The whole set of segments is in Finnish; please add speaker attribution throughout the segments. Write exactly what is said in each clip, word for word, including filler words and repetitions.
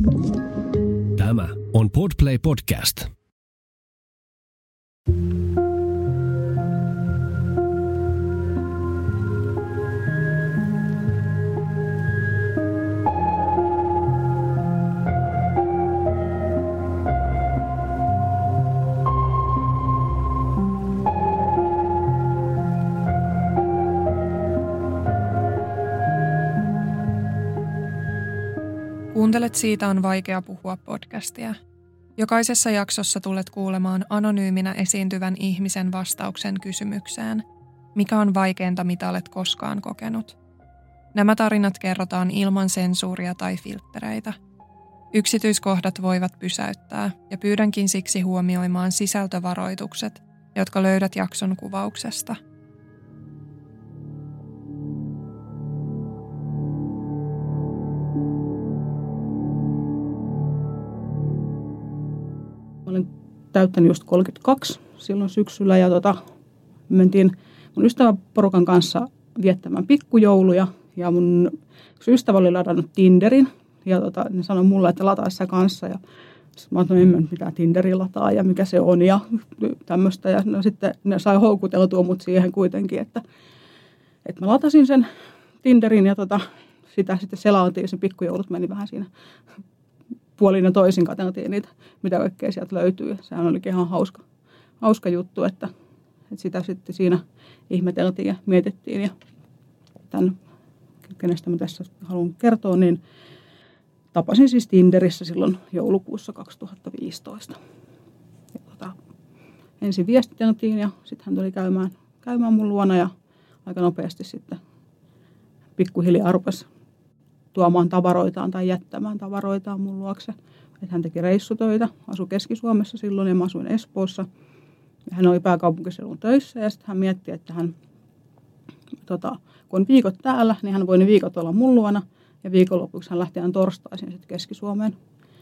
Speaker 1: Tämä on Podplay Podcast.
Speaker 2: Kuuntelet Siitä on vaikea puhua podcastia. Jokaisessa jaksossa tulet kuulemaan anonyyminä esiintyvän ihmisen vastauksen kysymykseen, mikä on vaikeinta, mitä olet koskaan kokenut. Nämä tarinat kerrotaan ilman sensuuria tai filttereitä. Yksityiskohdat voivat pysäyttää ja pyydänkin siksi huomioimaan sisältövaroitukset, jotka löydät jakson kuvauksesta.
Speaker 3: Olen täyttänyt just kolmekymmentäkaksi silloin syksyllä ja tota, mentiin mun ystäväporukan kanssa viettämään pikkujouluja ja mun ystävä oli ladannut Tinderin ja tota, ne sanoi mulle, että lataa sä kanssa ja sitten mä ajattelin, että en mitään Tinderin lataa ja mikä se on ja tämmöistä ja no, sitten ne sai houkuteltua mut siihen kuitenkin, että, että mä latasin sen Tinderin ja tota, sitä sitten selailtiin ja sen pikkujoulut meni vähän siinä puolin ja toisin katseltiin niitä, mitä kaikkea sieltä löytyy. Sehän olikin ihan hauska, hauska juttu, että, että sitä sitten siinä ihmeteltiin ja mietittiin. Ja tämän, kenestä mä tässä haluan kertoa, niin tapasin siis Tinderissä silloin joulukuussa kaksituhattaviisitoista. Ja tota, ensin viestiteltiin ja sitten hän tuli käymään, käymään mun luona ja aika nopeasti sitten pikkuhiljaa rupesi tuomaan tavaroitaan tai jättämään tavaroitaan mun luokse. Että hän teki reissutöitä, asui Keski-Suomessa silloin ja mä asuin Espoossa. Ja hän oli pääkaupunkiseudun töissä ja sitten hän mietti, että hän, tota, kun on viikot täällä, niin hän voi ne viikot olla mun luona. Ja viikonlopuksi hän lähti aina torstaisin sitten Keski-Suomeen.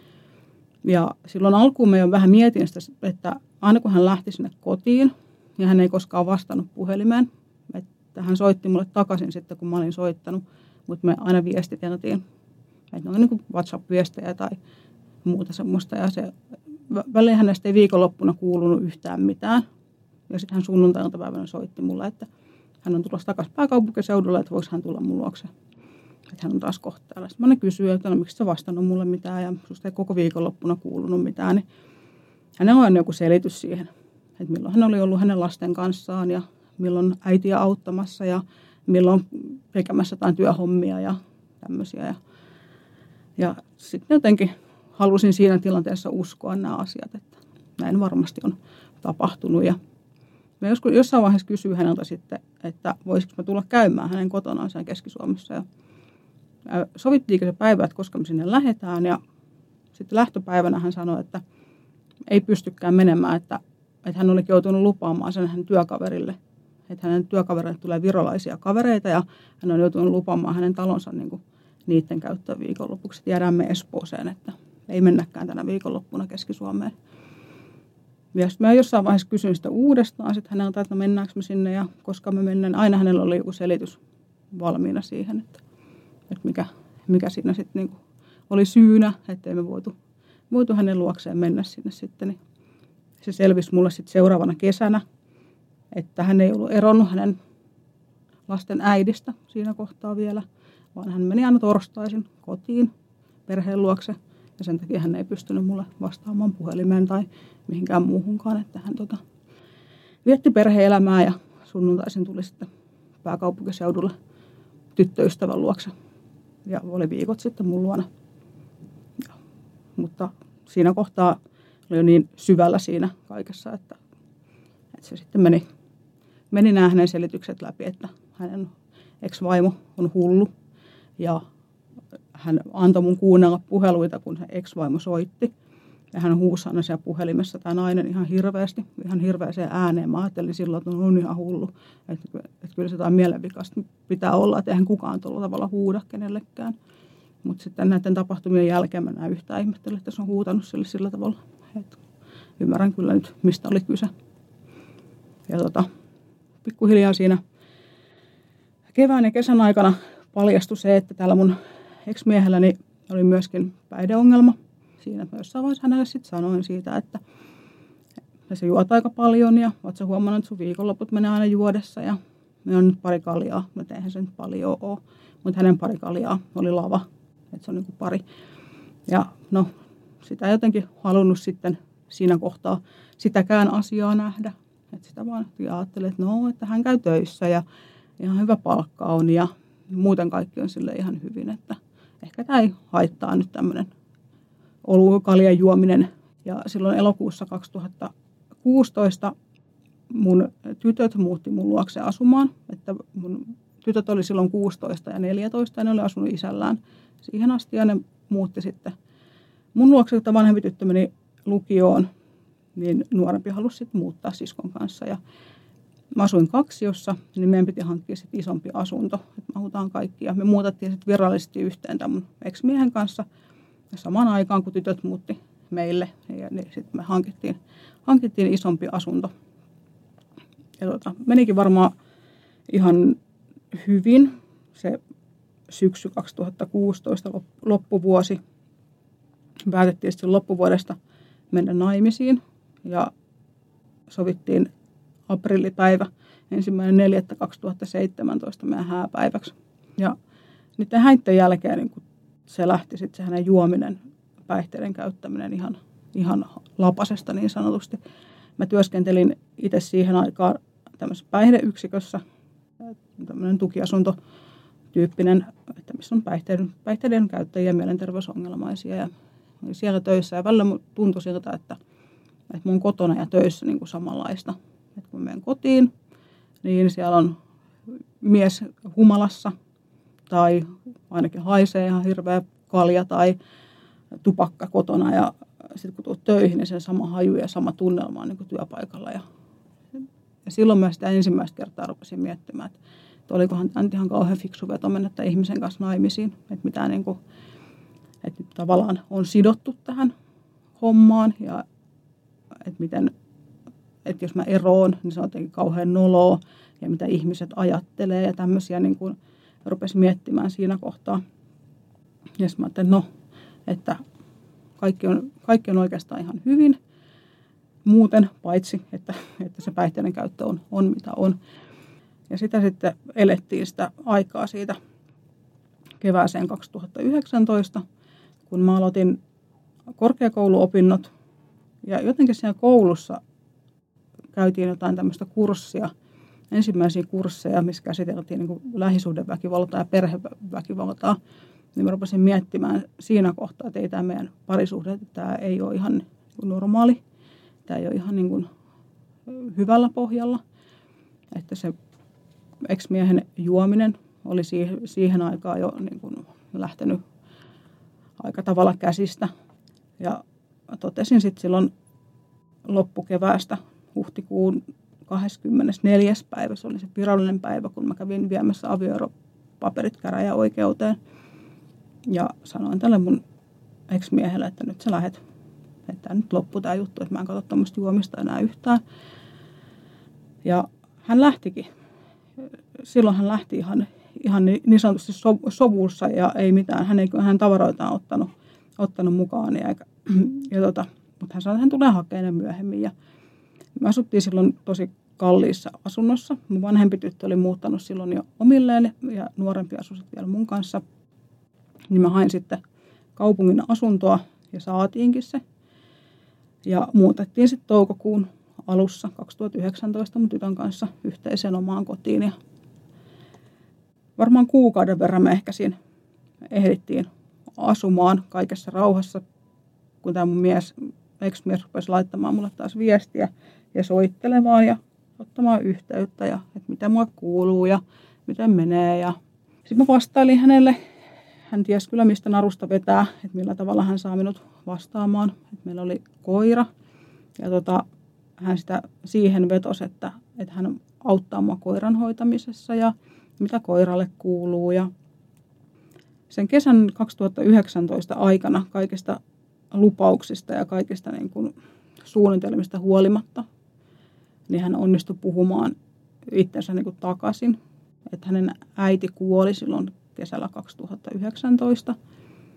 Speaker 3: Ja silloin alkuun me jo vähän mietin sitä, että aina kun hän lähti sinne kotiin, niin hän ei koskaan vastannut puhelimeen. Että hän soitti mulle takaisin sitten, kun mä olin soittanut. Mutta me aina viestiteltiin, että ne on niin kuin WhatsApp-viestejä tai muuta semmoista. Ja se, väliin hänestä ei viikonloppuna kuulunut yhtään mitään. Ja sitten hän sunnuntai-iltapäivänä soitti mulle, että hän on tulossa takaisin pääkaupunkiseudulle, että voiko hän tulla mun luokse. Että hän on taas kohta täällä. Sitten mä ne kysyin, että no, miksi sä vastannut mulle mitään ja susta ei koko viikonloppuna kuulunut mitään. Niin hänellä on joku selitys siihen, että milloin hän oli ollut hänen lasten kanssaan ja milloin äitiä auttamassa ja milloin tekemässä jotain työhommia ja tämmöisiä. Ja, ja sitten jotenkin halusin siinä tilanteessa uskoa nämä asiat, että näin varmasti on tapahtunut. Ja mä joskus, jossain vaiheessa kysyin häneltä sitten, että voisiko mä tulla käymään hänen kotonaan siellä Keski-Suomessa. Ja sovittiinko se päivä, että koska me sinne lähdetään. Ja sitten lähtöpäivänä hän sanoi, että ei pystykään menemään, että, että hän oli joutunut lupaamaan sen hänen työkaverille. Että hänen työkaverille tulee virolaisia kavereita ja hän on joutunut lupaamaan hänen talonsa niin kuin niiden käyttöön viikonlopuksi. Jäädään me Espooseen, että ei mennäkään tänä viikonloppuna Keski-Suomeen. Ja sitten mä jossain vaiheessa kysyin sitä uudestaan sitten häneltä, että mennäänkö me sinne ja koska me mennään. Aina hänellä oli joku selitys valmiina siihen, että, että mikä, mikä siinä sitten niin kuin oli syynä, ettei me voitu, voitu hänen luokseen mennä sinne sitten. Niin se selvisi mulle sitten seuraavana kesänä. Että hän ei ollut eronnut hänen lasten äidistä siinä kohtaa vielä, vaan hän meni aina torstaisin kotiin perheen luokse. Ja sen takia hän ei pystynyt mulle vastaamaan puhelimeen tai mihinkään muuhunkaan. Että hän tota, vietti perhe-elämää ja sunnuntaisin tuli sitten pääkaupunkiseudulle tyttöystävän luokse. Ja oli viikot sitten mun luona. Ja, mutta siinä kohtaa oli jo niin syvällä siinä kaikessa, että, että se sitten meni. Meni nämä hänen selitykset läpi, että hänen ex-vaimo on hullu ja hän antoi mun kuunnella puheluita, kun se ex-vaimo soitti. Ja hän huusi aina siellä puhelimessa tämä nainen ihan hirveästi, ihan hirveäseen ääneen. Mä ajattelin silloin, että on ihan hullu, että, että kyllä se jotain mielenvikasta pitää olla, että eihän kukaan tuolla tavalla huuda kenellekään. Mutta sitten näiden tapahtumien jälkeen mä näin yhtään ihmettelyä, että se on huutanut sille sillä tavalla. Et ymmärrän kyllä nyt, mistä oli kyse. Ja tota, pikkuhiljaa siinä kevään ja kesän aikana paljastui se, että täällä mun ex-miehelläni oli myöskin päihdeongelma. Siinä jossain vaiheessa hänelle sitten sanoin siitä, että se juot aika paljon ja oot sä huomannut, että sun viikonloput menee aina juodessa ja me on nyt pari kaljaa, mutta eihän se nyt paljon ole, mutta hänen pari kaljaa oli lava, että se on niin kuin pari. Ja no, sitä ei jotenkin halunnut sitten siinä kohtaa sitäkään asiaa nähdä. Että sitä vaan ajattelin, että no, että hän käy töissä ja ihan hyvä palkka on ja muuten kaikki on sille ihan hyvin, että ehkä tämä ei haittaa nyt tämmöinen kaljan juominen. Ja silloin elokuussa kaksituhattakuusitoista mun tytöt muutti mun luokse asumaan, että mun tytöt oli silloin kuusitoista ja neljätoista ja ne oli asunut isällään siihen asti ja ne muutti sitten mun luokse, että vanhempi tyttö meni lukioon, niin nuorempi halusi sitten muuttaa siskon kanssa ja mä asuin kaksiossa, niin meidän piti hankkia sitten isompi asunto, että me asutaan kaikki ja me muutettiin sitten virallisesti yhteen tämän mun ex-miehen kanssa ja samaan aikaan kun tytöt muutti meille ja niin sitten me hankittiin, hankittiin isompi asunto. Ja tuota, menikin varmaan ihan hyvin se syksy kaksituhattakuusitoista loppuvuosi. Päätettiin sitten loppuvuodesta mennä naimisiin ja sovittiin aprillipäivä ensimmäinen neljättä kaksituhattaseitsemäntoista meidän hääpäiväksi. Ja niiden häitten jälkeen niin kun se lähti sitten se hänen juominen, päihteiden käyttäminen ihan, ihan lapasesta niin sanotusti. Mä työskentelin itse siihen aikaan tämmöisessä päihdeyksikössä, tämmöinen tukiasuntotyyppinen, että missä on päihteiden, päihteiden käyttäjiä, mielenterveysongelmaisia ja siellä töissä. Ja välillä tuntui siltä, että, että mun kotona ja töissä niin kuin samanlaista. Että kun menen kotiin, niin siellä on mies humalassa tai ainakin haisee ihan hirveä kalja tai tupakka kotona ja sitten kun tulet töihin, niin se sama haju ja sama tunnelma on niin kuin työpaikalla. Ja, ja silloin mä sitä ensimmäistä kertaa rupesin miettimään, että, että olikohan tämä ihan kauhean fiksu veto mennä tämän ihmisen kanssa naimisiin. Että, mitä niin kuin, että tavallaan on sidottu tähän hommaan ja että, miten, että jos mä eroon, niin se on jotenkin kauhean noloa ja mitä ihmiset ajattelee ja tämmöisiä niin kuin rupesin miettimään siinä kohtaa. Ja sitten mä ajattelin, no, että Kaikki on, kaikki on oikeastaan ihan hyvin muuten, paitsi että, että se päihteiden käyttö on, on mitä on. Ja sitä sitten elettiin sitä aikaa siitä kevääseen kaksituhattayhdeksäntoista, kun mä aloitin korkeakouluopinnot. Ja jotenkin siinä koulussa käytiin jotain tämmöistä kurssia, ensimmäisiä kursseja, missä käsiteltiin niin kuin lähisuhdeväkivaltaa ja perheväkivaltaa. Niin mä rupesin miettimään siinä kohtaa, että ei tämä meidän parisuhde, että tämä ei ole ihan normaali. Tämä ei ole ihan niin kuin hyvällä pohjalla. Että se ex-miehen juominen oli siihen, siihen aikaan jo niin kuin lähtenyt aika tavalla käsistä. Ja totesin sitten silloin loppukeväästä huhtikuun kahdeskymmenesneljäs päivä, se oli se virallinen päivä, kun mä kävin viemässä avioeropaperit käräjäoikeuteen. Ja sanoin tälle mun ex-miehelle, että nyt sä lähet, että nyt loppuu tää juttu, että mä en katso tämmöistä juomista enää yhtään. Ja hän lähtikin. Silloin hän lähti ihan, ihan niin sanotusti sovussa ja ei mitään. Hän ei hän tavaroitaan ottanut, ottanut mukaan. Ja, ja tota, mutta hän sanoi, että hän tulee hakemaan ne myöhemmin. Ja me asuttiin silloin tosi kalliissa asunnossa. Mun vanhempi tyttö oli muuttanut silloin jo omilleen ja nuorempi asui vielä mun kanssa. Niin mä hain sitten kaupungin asuntoa ja saatiinkin se. Ja muutettiin sitten toukokuun alussa kaksituhattayhdeksäntoista mun tytön kanssa yhteiseen omaan kotiin. Ja varmaan kuukauden verran me ehkä siinä ehdittiin asumaan kaikessa rauhassa, kun tämä mun mies, ex-mies rupesi laittamaan mulle taas viestiä ja soittelemaan ja ottamaan yhteyttä ja että mitä mua kuuluu ja miten menee. Ja sitten mä vastailin hänelle. Hän tiesi kyllä, mistä narusta vetää, että millä tavalla hän saa minut vastaamaan. Että meillä oli koira ja tota, hän sitä siihen vetosi, että, että hän auttaa mua koiran hoitamisessa ja mitä koiralle kuuluu. Ja sen kesän kaksituhattayhdeksäntoista aikana kaikista lupauksista ja kaikista niin kuin suunnitelmista huolimatta, niin hän onnistui puhumaan itsensä niin kuin takaisin. Että hänen äiti kuoli silloin kesällä kaksituhattayhdeksäntoista.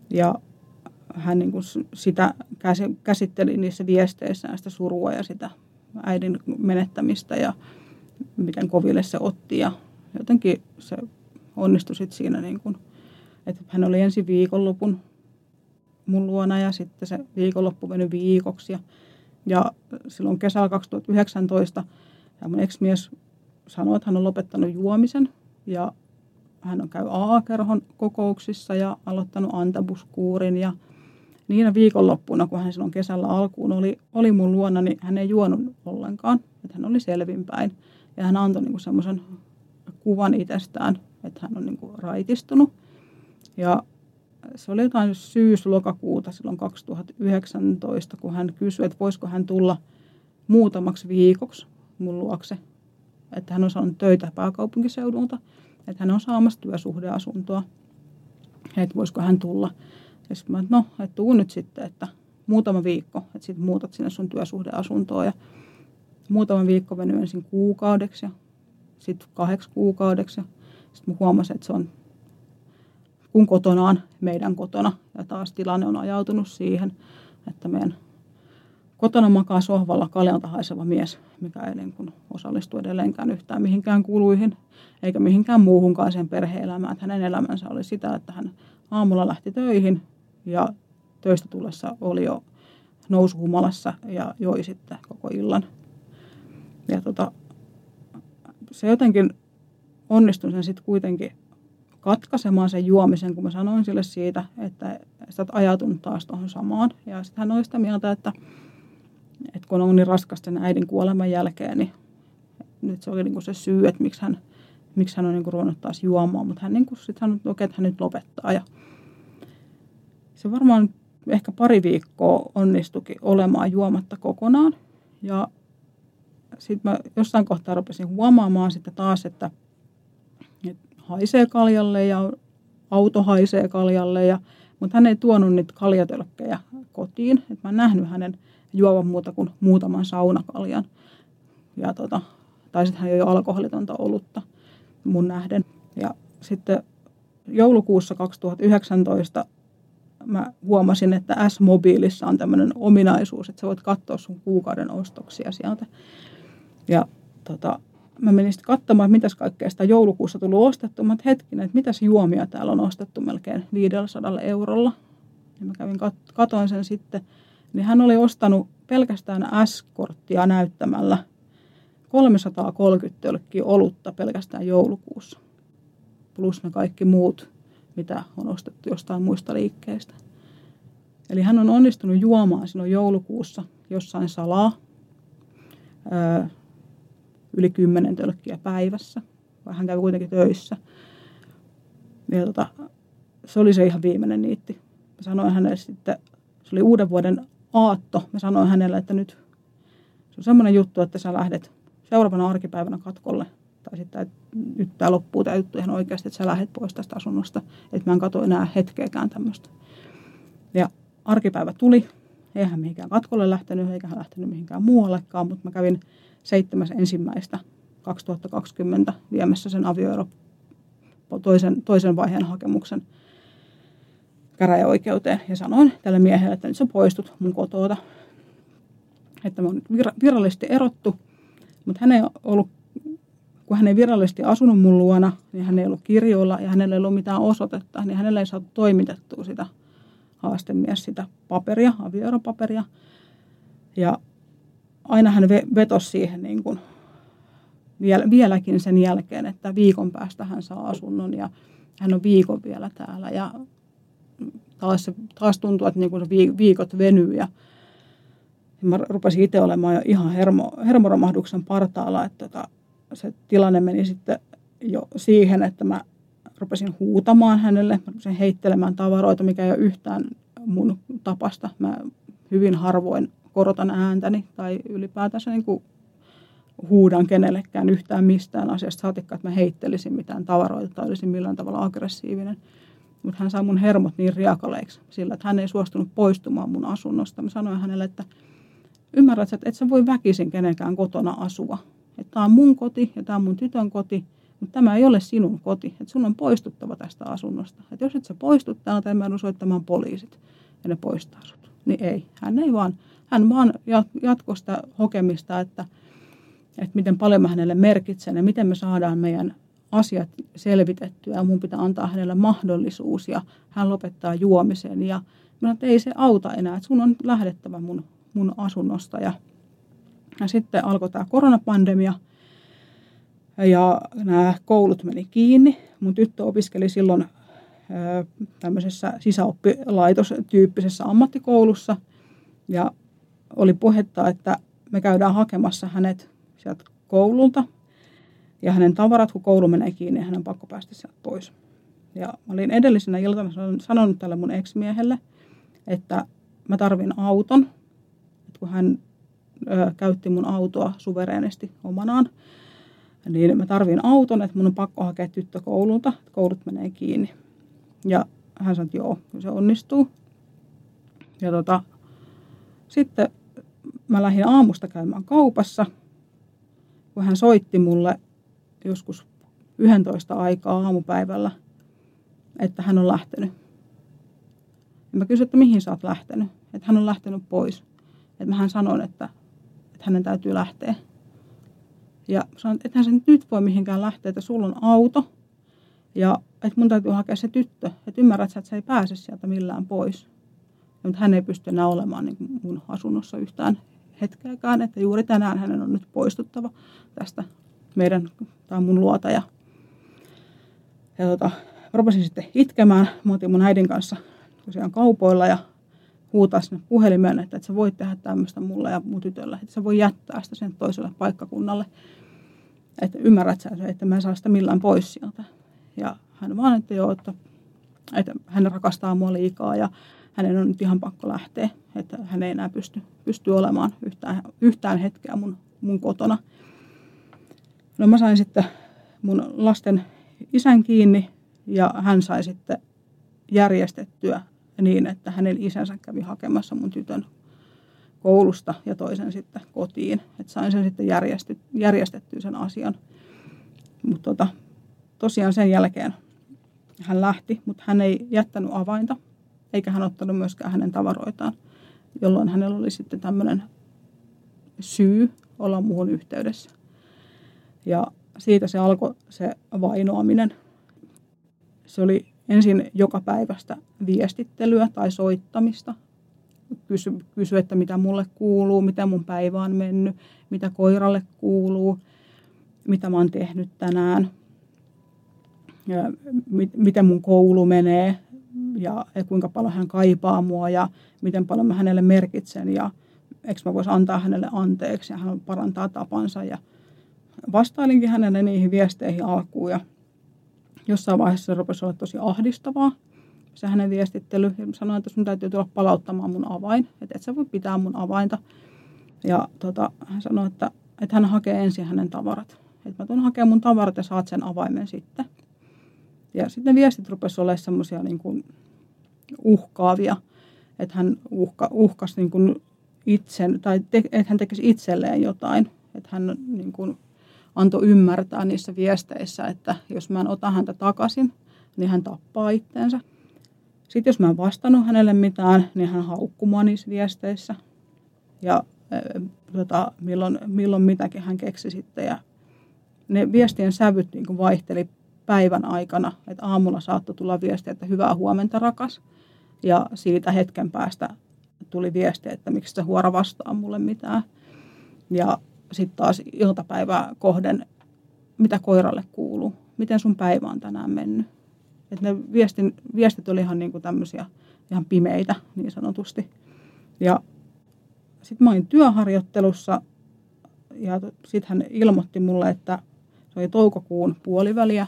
Speaker 3: Ja hän niin kuin sitä käsitteli niissä viesteissään sitä surua ja sitä äidin menettämistä ja miten koville se otti. Ja jotenkin se onnistui sitten siinä, niin kuin, että hän oli ensin viikonlopun mun luona ja sitten se viikonloppu meni viikoksi. Ja, ja silloin kesällä kaksituhattayhdeksäntoista ja mun ex-mies sanoi, että hän on lopettanut juomisen ja hän on käy A A-kerhon kokouksissa ja aloittanut antabuskuurin ja niinä viikonloppuna, kun hän silloin kesällä alkuun oli, oli mun luona, niin hän ei juonut ollenkaan. Että hän oli selvinpäin. Ja hän antoi niinku semmoisen kuvan itsestään, että hän on niinku raitistunut. Ja se oli jotain syys-lokakuuta silloin kaksituhattayhdeksäntoista, kun hän kysyi, että voisiko hän tulla muutamaksi viikoksi mun luokse. Että hän on saanut töitä pääkaupunkiseudulta. Että hän on saamassa työsuhdeasuntoa. Että voisiko hän tulla. Ja sitten mä, että no, että tuu nyt sitten, että muutama viikko, että sitten muutat sinne sun työsuhdeasuntoon. Ja muutama viikko venyi ensin kuukaudeksi ja sitten kahdeksi kuukaudeksi. Sitten mä huomasin, että se on kun kotonaan, meidän kotona. Ja taas tilanne on ajautunut siihen, että meidän kotona makaa sohvalla kaljalta haiseva mies, mikä ei niin kuin osallistu edelleenkään yhtään mihinkään kuluihin, eikä mihinkään muuhunkaan sen perhe-elämään. Että hänen elämänsä oli sitä, että hän aamulla lähti töihin ja töistä tullessa oli jo nousuhumalassa ja joi sitten koko illan. Ja tota, se jotenkin onnistui sen sitten kuitenkin katkaisemaan sen juomisen, kun mä sanoin sille siitä, että sä oot ajautunut taas tuohon samaan. Ja sitten hän oli sitä mieltä, että, että kun on niin raskasta sen äidin kuoleman jälkeen, niin nyt se oli niinku se syy, että miksi hän, miksi hän on niinku ruvennut taas juomaan. Mutta hän niinku sitten sanoi, että okei, että hän nyt lopettaa. Ja se varmaan ehkä pari viikkoa onnistuikin olemaan juomatta kokonaan. Ja sitten mä jossain kohtaa rupesin huomaamaan sitten taas, että, että haisee kaljalle ja auto haisee kaljalle. Ja, mutta hän ei tuonut niitä kaljatölkkejä kotiin. Et mä en nähnyt hänen juovan muuta kuin muutaman saunakaljan. Ja tota, tai sitten hän joi alkoholitonta olutta mun nähden. Ja sitten joulukuussa kaksituhattayhdeksäntoista mä huomasin, että S-mobiilissa on tämmöinen ominaisuus, että sä voit katsoa sun kuukauden ostoksia sieltä. Ja tota, mä menin sitten katsomaan, että mitäs kaikkea sitä joulukuussa tullut ostettu. Mä hetkinen, että mitäs juomia täällä on ostettu melkein viisisataa eurolla. Ja mä kävin kat- katoin sen sitten. Niin hän oli ostanut pelkästään S-korttia näyttämällä kolmesataakolmekymmentä tölkkiä olutta pelkästään joulukuussa. Plus ne kaikki muut, mitä on ostettu jostain muista liikkeistä. Eli hän on onnistunut juomaan silloin joulukuussa jossain salaa öö, yli kymmenen tölkkiä päivässä. Vai hän kävi kuitenkin töissä. Ja tota, se oli se ihan viimeinen niitti. Mä sanoin hänelle sitten, se oli uuden vuoden aatto. Mä sanoin hänelle, että nyt se on semmoinen juttu, että sä lähdet seuraavana arkipäivänä katkolle. Tai sitten, että nyt tämä loppuu tämä juttu ihan oikeasti, että sä lähdet pois tästä asunnosta. Että mä en katso enää hetkeäkään tämmöistä. Ja arkipäivä tuli. Eihän mihinkään katkolle lähtenyt, eikä hän lähtenyt mihinkään muuallekaan. Mutta mä kävin seitsemäs ensimmäistä kaksituhattakaksikymmentä viemässä sen avioero toisen, toisen vaiheen hakemuksen käräjäoikeuteen. Ja sanoin tälle miehelle, että nyt sä poistut mun kotoota. Että me on virallisesti erottu. Mutta hän ei ollut, kun hän ei virallisesti asunut mun luona, niin hän ei ollut kirjoilla ja hänellä ei ollut mitään osoitetta, niin hänellä ei saatu toimitettua sitä haastemies, sitä paperia, avioeropaperia. Ja aina hän vetosi siihen niin kuin vieläkin sen jälkeen, että viikon päästä hän saa asunnon ja hän on viikon vielä täällä. Ja taas, se, taas tuntuu, että niin kuin se viikot venyy ja mä rupesin itse olemaan jo ihan hermo, hermoromahduksen partaalla, että tota, se tilanne meni sitten jo siihen, että mä rupesin huutamaan hänelle, mä rupesin heittelemään tavaroita, mikä ei ole yhtään mun tapasta. Mä hyvin harvoin korotan ääntäni tai ylipäätänsä niin kuin huudan kenellekään yhtään mistään asiasta. Saatikka, että mä heittelisin mitään tavaroita tai olisin millään tavalla aggressiivinen. Mutta hän sai mun hermot niin riakaleiksi sillä, että hän ei suostunut poistumaan mun asunnosta. Mä sanoin hänelle, että ymmärrät, että et sä voi väkisin kenenkään kotona asua. Että tää on mun koti ja tää on mun tytön koti. mutta tämä ei ole sinun koti, että sun on poistuttava tästä asunnosta. Että jos et sä poistu täältä, mä joudun soittamaan poliisit ja ne poistaa sut. Niin ei, hän ei vaan, hän vaan jatkoi sitä hokemista, että, että miten paljon mä hänelle merkitsen ja miten me saadaan meidän asiat selvitettyä ja mun pitää antaa hänelle mahdollisuus ja hän lopettaa juomisen ja mä että ei se auta enää, että sun on lähdettävä mun, mun asunnosta ja, ja sitten alkoi tämä koronapandemia ja nämä koulut meni kiinni. Mun tyttö opiskeli silloin ö, tämmöisessä sisäoppilaitostyyppisessä ammattikoulussa ja oli puhetta, että me käydään hakemassa hänet sieltä koululta ja hänen tavarat, kun koulu menee kiinni, niin hänen on pakko päästä sieltä pois. Ja mä olin edellisenä iltana sanonut tälle mun ex-miehelle, että mä tarvin auton, että kun hän ö, käytti mun autoa suvereenisti omanaan, niin mä tarvin auton, että mun on pakko hakea tyttö koululta, että koulut menee kiinni. Ja hän sanoi, että joo, se onnistuu. Ja tota, sitten mä lähdin aamusta käymään kaupassa, kun hän soitti mulle joskus yksitoista aikaa aamupäivällä, että hän on lähtenyt. Ja mä kysyin, että mihin sä oot lähtenyt? Että hän on lähtenyt pois. Että hän sanoi, että, että hänen täytyy lähteä. Ja sanoin, että ethän sä nyt voi mihinkään lähteä, että sulla on auto. Ja että mun täytyy hakea se tyttö. Että ymmärrät sä, että se ei pääse sieltä millään pois. Ja, mutta hän ei pysty enää olemaan niin kuin mun asunnossa yhtään hetkeäkään. Että juuri tänään hänen on nyt poistuttava tästä meidän, tai mun luota. Ja, ja tota, rupesin sitten itkemään. Mä otin mun äidin kanssa tosiaan kaupoilla ja huutaa sinne puhelimeen, että, että sä voit tehdä tämmöistä mulle ja mun tytölle. Että sä voi jättää sitä sen toiselle paikkakunnalle. Että ymmärrät sä, että mä en saa sitä millään pois sieltä. Ja hän vaan, että joo, että, että hän rakastaa mua liikaa ja hänen on nyt ihan pakko lähteä. Että hän ei enää pysty, pysty olemaan yhtään, yhtään hetkeä mun, mun kotona. No mä sain sitten mun lasten isän kiinni ja hän sai sitten järjestettyä niin, että hänen isänsä kävi hakemassa mun tytön koulusta ja toisen sitten kotiin. Että sain sen sitten järjestettyä sen asian. Mutta tota, tosiaan sen jälkeen hän lähti, mutta hän ei jättänyt avainta, eikä hän ottanut myöskään hänen tavaroitaan, jolloin hänellä oli sitten tämmöinen syy olla muuhun yhteydessä. Ja siitä se alkoi se vainoaminen. Se oli ensin joka päivästä viestittelyä tai soittamista. Kysy, kysy, että mitä mulle kuuluu, mitä mun päivä on mennyt, mitä koiralle kuuluu, mitä mä oon tehnyt tänään, ja mit, miten mun koulu menee ja, ja kuinka paljon hän kaipaa mua ja miten paljon mä hänelle merkitsen ja eikö mä vois antaa hänelle anteeksi ja hän parantaa tapansa. Ja vastailinkin hänelle niihin viesteihin alkuun ja jossain vaiheessa se rupesi olla tosi ahdistavaa, se hänen viestittely. Ja sanoin, että sun täytyy tulla palauttamaan mun avain, että et sä voi pitää mun avainta. Ja tota, hän sanoi, että, että hän hakee ensin hänen tavarat. Että mä tulen hakemaan mun tavarat ja saat sen avaimen sitten. Ja sitten viestit rupesi olemaan semmoisia niin kuin uhkaavia, että hän uhka, uhkasi niin kuin itsen, tai te, että hän tekisi itselleen jotain. Että hän niin kuin antoi ymmärtää niissä viesteissä, että jos mä en ota häntä takaisin, niin hän tappaa itteensä. Sitten jos mä en vastannut hänelle mitään, niin hän haukkui mua niissä viesteissä. Ja äh, tota, milloin, milloin mitäkin hän keksi sitten. Ja ne viestien sävyt niin kuin vaihteli päivän aikana. Että aamulla saattoi tulla viesti, että hyvää huomenta rakas. Ja siitä hetken päästä tuli viesti, että miksi sä huora vastaa mulle mitään. Ja sitten taas iltapäivää kohden, mitä koiralle kuuluu, miten sun päivä on tänään mennyt. Et ne viestin, viestit oli ihan niinku tämmöisiä ihan pimeitä niin sanotusti. Ja sitten mä olin työharjoittelussa ja sitten hän ilmoitti mulle, että se oli toukokuun puoliväliä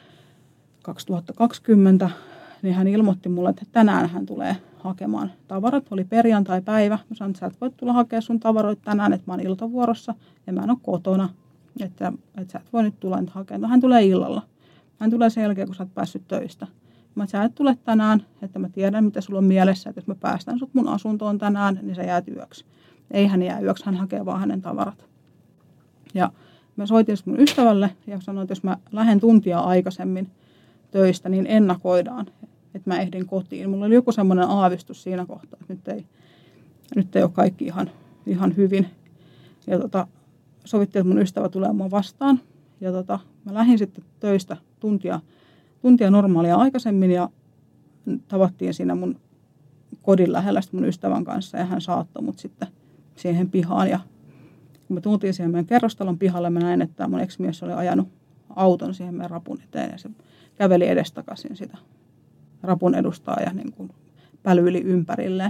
Speaker 3: kaksituhattakaksikymmentä, niin hän ilmoitti mulle, että tänään hän tulee hakemaan tavarat. Oli perjantai-päivä. Mä sanoin, että sä et voi tulla hakemaan sun tavaroita tänään, että mä oon iltavuorossa ja mä en ole kotona. Että, että sä et voi nyt tulla hakemaan. Hän tulee illalla. Hän tulee sen jälkeen, kun sä oot päässyt töistä. Mä sä et tule tänään, että mä tiedän, mitä sulla on mielessä. Että jos mä päästän sut mun asuntoon tänään, niin sä jäät yöksi. Ei hän jää yöksi, hän hakee vaan hänen tavarat. Ja mä soitin mun ystävälle ja sanoin, että jos mä lähden tuntia aikaisemmin töistä, niin ennakoidaan, että mä ehdin kotiin. Mulla oli joku semmoinen aavistus siinä kohtaa, että nyt ei, nyt ei ole kaikki ihan, ihan hyvin. Ja tota, sovittiin, että mun ystävä tulee mua vastaan. Ja tota, mä lähdin sitten töistä tuntia, tuntia normaalia aikaisemmin ja tavattiin siinä mun kodin lähellä mun ystävän kanssa ja hän saattoi mut sitten siihen pihaan. Ja kun me tultiin siihen meidän kerrostalon pihalle, mä näin, että mun ex-mies oli ajanut auton siihen meidän rapun eteen ja se käveli edestakaisin sitä rapun edustaa ja niin kuin pälyili ympärilleen.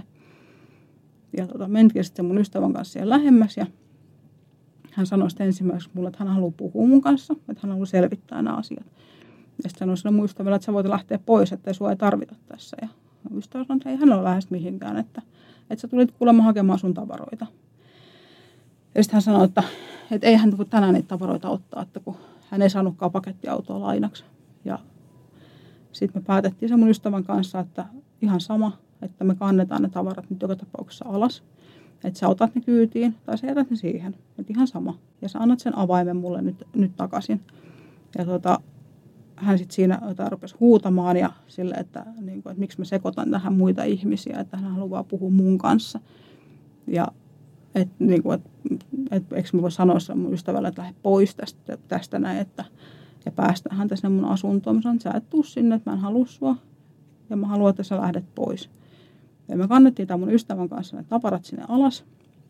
Speaker 3: Ja tota, mentiin sitten mun ystävän kanssa siihen lähemmäs ja hän sanoi sitten ensimmäiseksi mulle, että hän haluaa puhua mun kanssa, että hän haluaa selvittää nämä asiat. Ja sitten sanoi sille mun ystävälle, että sä voit lähteä pois, että sua ei tarvita tässä. Ja ystävä sanoi, että ei hän ole lähes mihinkään, että, että sä tulit kuulemma hakemaan sun tavaroita. Ja sitten hän sanoi, että, että ei hän voi tänään niitä tavaroita ottaa, että kun hän ei saanutkaan pakettiautoa lainaksi. Ja sitten me päätettiin sen mun ystävän kanssa, että ihan sama, että me kannetaan ne tavarat nyt joka tapauksessa alas. Että sä otat ne kyytiin tai sä jätät ne siihen. Että ihan sama. Ja sä annat sen avaimen mulle nyt, nyt takaisin. Ja tota, hän sitten siinä jotain rupesi huutamaan ja sille, että, niin kuin, että miksi mä sekoitan tähän muita ihmisiä, että hän haluaa puhua mun kanssa. Ja että niin kuin, että, että eikö mä voi sanoa mun ystävälle, että lähde pois tästä, tästä näin, että ja päästään häntä sinne mun asuntoon. Mä sanoin, että sä et tuu sinne, että mä en halua sua ja mä haluan, että sä lähdet pois. Ja me kannettiin tämän mun ystävän kanssa ne tavarat sinne alas.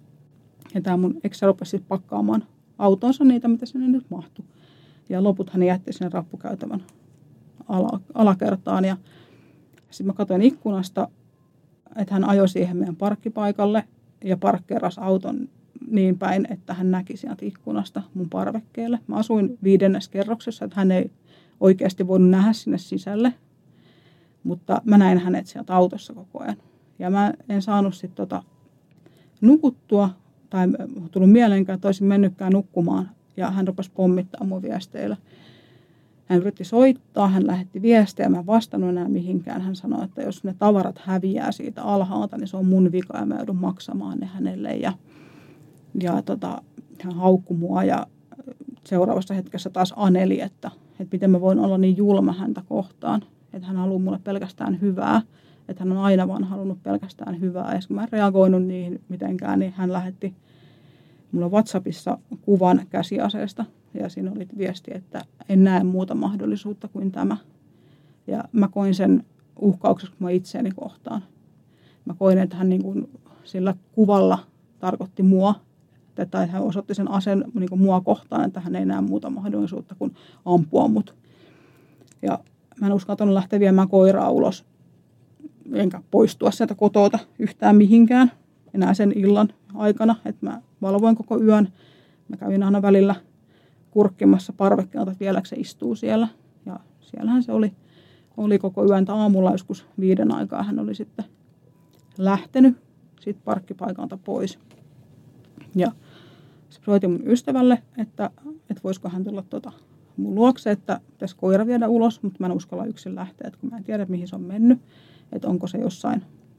Speaker 3: Ja tämä mun eksä rupesi sitten pakkaamaan autonsa niitä, mitä sinne nyt mahtui. Ja loput hän jätti sinne rappukäytävän ala, alakertaan. Ja sitten mä katsoin ikkunasta, että hän ajoi siihen meidän parkkipaikalle ja parkkeerasi auton niin päin, että hän näki sieltä ikkunasta mun parvekkeelle. Mä asuin viidennes kerroksessa, että hän ei oikeasti voinut nähdä sinne sisälle. Mutta mä näin hänet sieltä autossa koko ajan. Ja mä en saanut sitten tota nukuttua, tai tullut mieleenkään, että olisin mennytkään nukkumaan. Ja hän rupesi pommittaa mun viesteillä. Hän yritti soittaa, hän lähetti viestejä, mä en vastannut enää mihinkään. Hän sanoi, että jos ne tavarat häviää siitä alhaalta, niin se on mun vika ja mä joudun maksamaan ne hänelle. Ja, ja tota, hän haukkui mua ja seuraavassa hetkessä taas aneli, että, että miten mä voin olla niin julma häntä kohtaan. Että hän haluaa mulle pelkästään hyvää. Että hän on aina vaan halunnut pelkästään hyvää. Ja kun mä en reagoinut niihin mitenkään, niin hän lähetti mulle WhatsAppissa kuvan käsiaseesta. Ja siinä oli viesti, että en näe muuta mahdollisuutta kuin tämä. Ja mä koin sen uhkaukseksi mä itseäni kohtaan. Mä koin, että hän niin kuin sillä kuvalla tarkoitti mua. Tai hän osoitti sen aseen niin kuin mua kohtaan, että hän ei näe muuta mahdollisuutta kuin ampua mut. Ja mä en uskaltanut lähteä viemään koiraa ulos, enkä poistua sieltä kotota yhtään mihinkään enää sen illan aikana. Että mä valvoin koko yön. Mä kävin aina välillä kurkkimassa parvekkeelta, että vieläkö se istuu siellä. Ja siellähän se oli, oli koko yön. Aamulla joskus viiden aikaa hän oli sitten lähtenyt siitä parkkipaikalta pois. Ja se soitin mun ystävälle, että, että voisiko hän tulla tuota mun luokse, että pitäisi koira viedä ulos, mutta mä en uskalla yksin lähteä, että kun mä en tiedä, mihin se on mennyt, että onko se jossain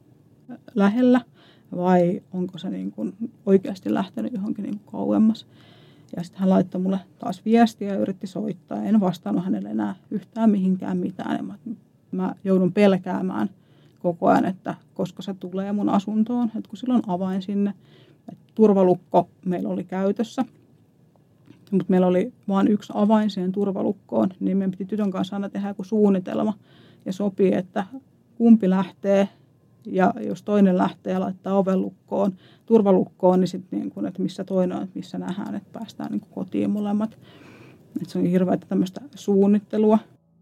Speaker 3: lähellä vai onko se niin kuin oikeasti lähtenyt johonkin niin kuin kauemmas. Ja sitten hän laittoi mulle taas viestiä ja yritti soittaa. En vastannut hänelle enää yhtään mihinkään mitään. Mä, mä joudun pelkäämään koko ajan, että koska se tulee mun asuntoon, että kun sillä on avain sinne. Että turvalukko meillä oli käytössä. Mutta meillä oli vain yksi avain siihen turvalukkoon, niin meidän piti tytön kanssa aina tehdä joku suunnitelma ja sopii, että kumpi lähtee ja jos toinen lähtee ja laittaa oven lukkoon, turvalukkoon, niin sitten niin kun, että missä toinen on, että missä nähdään, että päästään niin kun kotiin molemmat. Että se on hirveätä tämmöistä suunnittelua.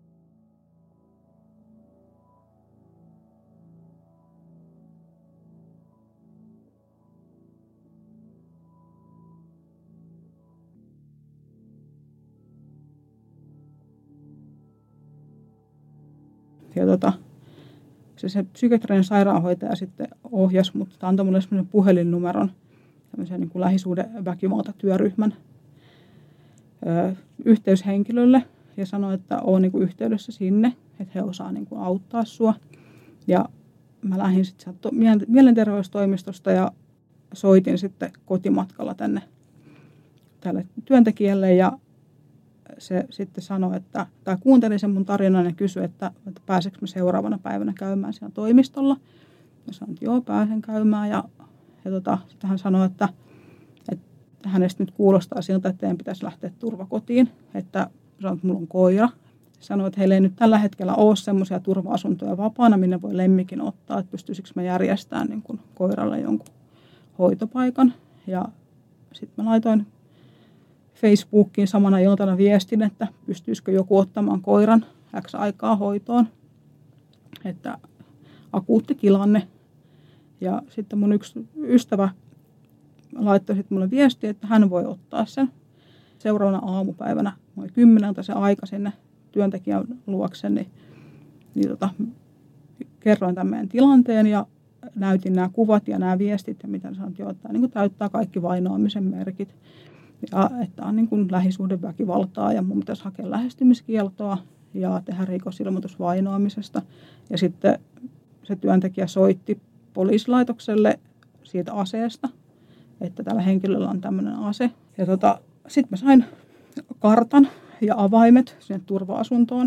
Speaker 3: Ja tota, se, se psykiatrinen sairaanhoitaja sitten ohjasi, mutta antoi mulle semmoinen puhelinnumeron, tämmöisen niin kuin lähisuhdeväkivaltatyöryhmän ö, yhteyshenkilölle ja sanoi, että olen niin kuin yhteydessä sinne, että he osaa niin kuin auttaa sua. Ja mä lähdin sitten to, mielenterveystoimistosta ja soitin sitten kotimatkalla tänne, tälle työntekijälle ja se sitten sanoi, että, tai kuunteli sen mun tarinan ja kysyi, että, että pääseekö mä seuraavana päivänä käymään siellä toimistolla. Mä sanoin, että joo, pääsen käymään ja, ja tota, sitten hän sanoi, että, että hänestä nyt kuulostaa siltä, että teidän pitäisi lähteä turvakotiin, että, sanoin, että mulla on koira. Sanoi, että heillä ei nyt tällä hetkellä ole semmoisia turva-asuntoja vapaana, minne voi lemmikin ottaa, että pystyisikö mä järjestämään niin kuin koiralle jonkun hoitopaikan. Ja sitten mä laitoin Facebookiin samana iltana viestin, että pystyisikö joku ottamaan koiran X aikaa hoitoon, että akuutti tilanne. Ja sitten mun yksi ystävä laittoi sitten mulle viestiä, että hän voi ottaa sen. Seuraavana aamupäivänä, noin kymmeneltä se aika sinne työntekijän luokse, niin, niin tota, kerroin tämän meidän tilanteen ja näytin nämä kuvat ja nämä viestit ja mitä sanoin, että, että niin täyttää kaikki vainoamisen merkit. Ja että on niin kuin lähisuhdeväkivaltaa ja mun pitäisi hakea lähestymiskieltoa ja tehdä rikosilmoitus vainoamisesta. Ja sitten se työntekijä soitti poliisilaitokselle siitä aseesta, että tällä henkilöllä on tämmöinen ase. Ja tota, sitten mä sain kartan ja avaimet sinne turva-asuntoon